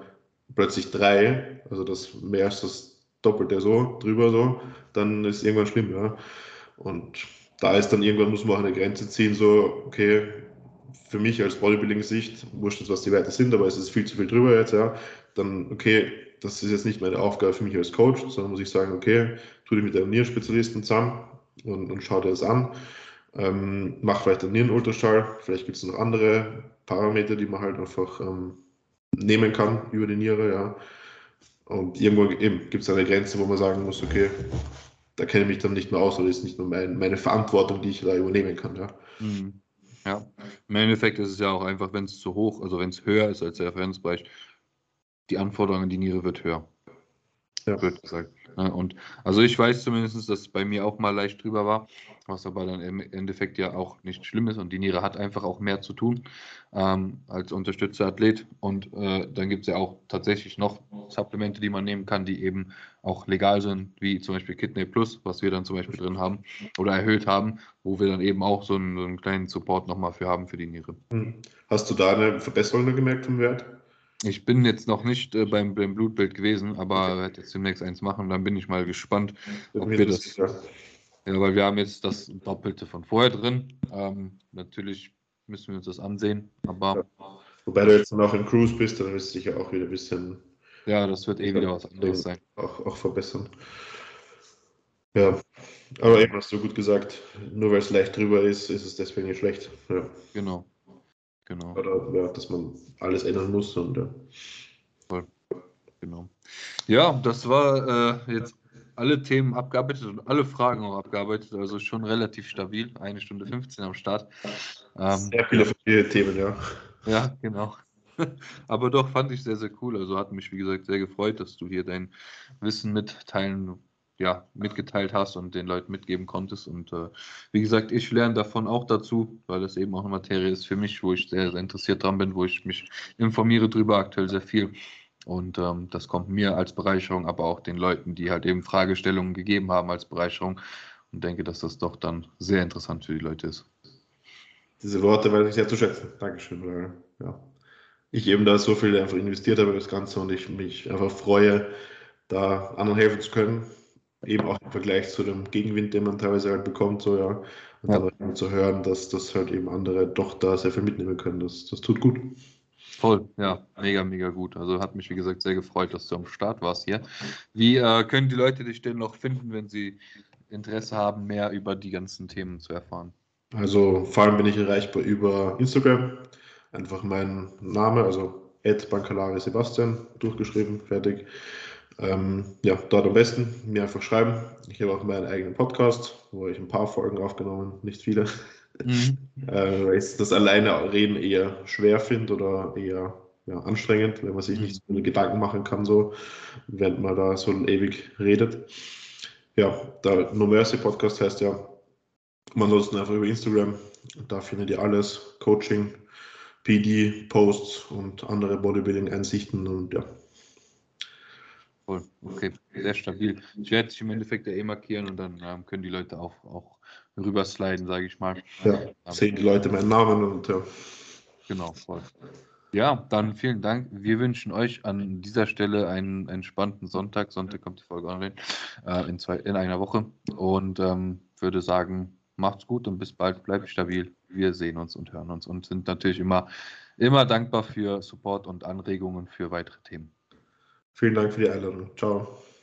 plötzlich 3, also das mehr als das Doppelte so, drüber so, dann ist irgendwann schlimm, ja. Und da ist dann irgendwann, muss man auch eine Grenze ziehen, so, okay, für mich als Bodybuilding-Sicht, wurscht jetzt, was die Werte sind, aber es ist viel zu viel drüber jetzt, ja, dann, okay, das ist jetzt nicht meine Aufgabe für mich als Coach, sondern muss ich sagen, okay, tu dich mit deinem Nierenspezialisten zusammen und schau dir das an. Mach vielleicht einen Nierenultraschall, vielleicht gibt es noch andere Parameter, die man halt einfach nehmen kann über die Niere, ja. Und irgendwo gibt es eine Grenze, wo man sagen muss, okay, da kenne ich mich dann nicht mehr aus oder ist nicht mehr meine Verantwortung, die ich da übernehmen kann, ja. Mhm. Ja, im Endeffekt ist es ja auch einfach, wenn es zu hoch, also wenn es höher ist als der Referenzbereich, die Anforderung an die Niere wird höher. Ja. Wird gesagt. Ne? Und also ich weiß zumindest, dass es bei mir auch mal leicht drüber war, was aber dann im Endeffekt ja auch nicht schlimm ist und die Niere hat einfach auch mehr zu tun als Unterstützerathlet. Und dann gibt es ja auch tatsächlich noch Supplemente, die man nehmen kann, die eben auch legal sind, wie zum Beispiel Kidney Plus, was wir dann zum Beispiel drin haben oder erhöht haben, wo wir dann eben auch so einen kleinen Support nochmal für haben für die Niere. Hast du da eine Verbesserung gemerkt vom Wert? Ich bin jetzt noch nicht beim Blutbild gewesen, aber werde jetzt demnächst eins machen. Dann bin ich mal gespannt, ob wir das. Ja, weil wir haben jetzt das Doppelte von vorher drin. Natürlich müssen wir uns das ansehen, aber Wobei du jetzt noch im Cruise bist, dann wirst du sicher auch wieder ein bisschen ja, das wird wieder was anderes sein. auch verbessern. Ja, aber eben hast du gut gesagt, nur weil es leicht drüber ist, ist es deswegen nicht schlecht. Ja. Genau. Oder ja, dass man alles ändern muss und ja. Voll. Genau. Ja, das war jetzt alle Themen abgearbeitet und alle Fragen auch abgearbeitet, also schon relativ stabil. 1 Stunde 15 am Start. Sehr viele verschiedene Themen, ja. Ja, genau. Aber doch fand ich sehr, sehr cool. Also hat mich, wie gesagt, sehr gefreut, dass du hier dein Wissen mitgeteilt hast und den Leuten mitgeben konntest. Und wie gesagt, ich lerne davon auch dazu, weil das eben auch eine Materie ist für mich, wo ich sehr, sehr interessiert dran bin, wo ich mich informiere drüber aktuell sehr viel. Und das kommt mir als Bereicherung, aber auch den Leuten, die halt eben Fragestellungen gegeben haben, als Bereicherung. Und denke, dass das doch dann sehr interessant für die Leute ist. Diese Worte weiß ich sehr zu schätzen. Dankeschön, weil ja, ich eben da so viel einfach investiert habe in das Ganze und ich mich einfach freue, da anderen helfen zu können. Eben auch im Vergleich zu dem Gegenwind, den man teilweise halt bekommt, so ja. Und Ja. dann auch zu hören, dass das halt eben andere doch da sehr viel mitnehmen können. Das tut gut. Voll, ja, mega, mega gut. Also hat mich, wie gesagt, sehr gefreut, dass du am Start warst hier. Wie können die Leute dich denn noch finden, wenn sie Interesse haben, mehr über die ganzen Themen zu erfahren? Also vor allem bin ich erreichbar über Instagram. Einfach mein Name, also @Bancalari Sebastian, durchgeschrieben, fertig. Ja, dort am besten mir einfach schreiben. Ich habe auch meinen eigenen Podcast, wo ich ein paar Folgen aufgenommen, nicht viele. Weil ich das alleine reden eher schwer finde oder eher anstrengend, wenn man sich nicht so viele Gedanken machen kann, so, während man da so ewig redet. Ja, der No Mercy Podcast heißt ja, ansonsten einfach über Instagram. Da findet ihr alles: Coaching, PD, Posts und andere Bodybuilding-Einsichten und ja. Voll, okay, sehr stabil. Ich werde dich im Endeffekt ja markieren und dann können die Leute auch rübersliden, sage ich mal. Ja, sehen die Leute meinen Namen und ja. Genau, voll. Ja, dann vielen Dank. Wir wünschen euch an dieser Stelle einen entspannten Sonntag. Sonntag kommt die Folge online in einer Woche. Und würde sagen, macht's gut und bis bald. Bleibt stabil. Wir sehen uns und hören uns und sind natürlich immer dankbar für Support und Anregungen für weitere Themen. Vielen Dank für die Einladung. Ciao.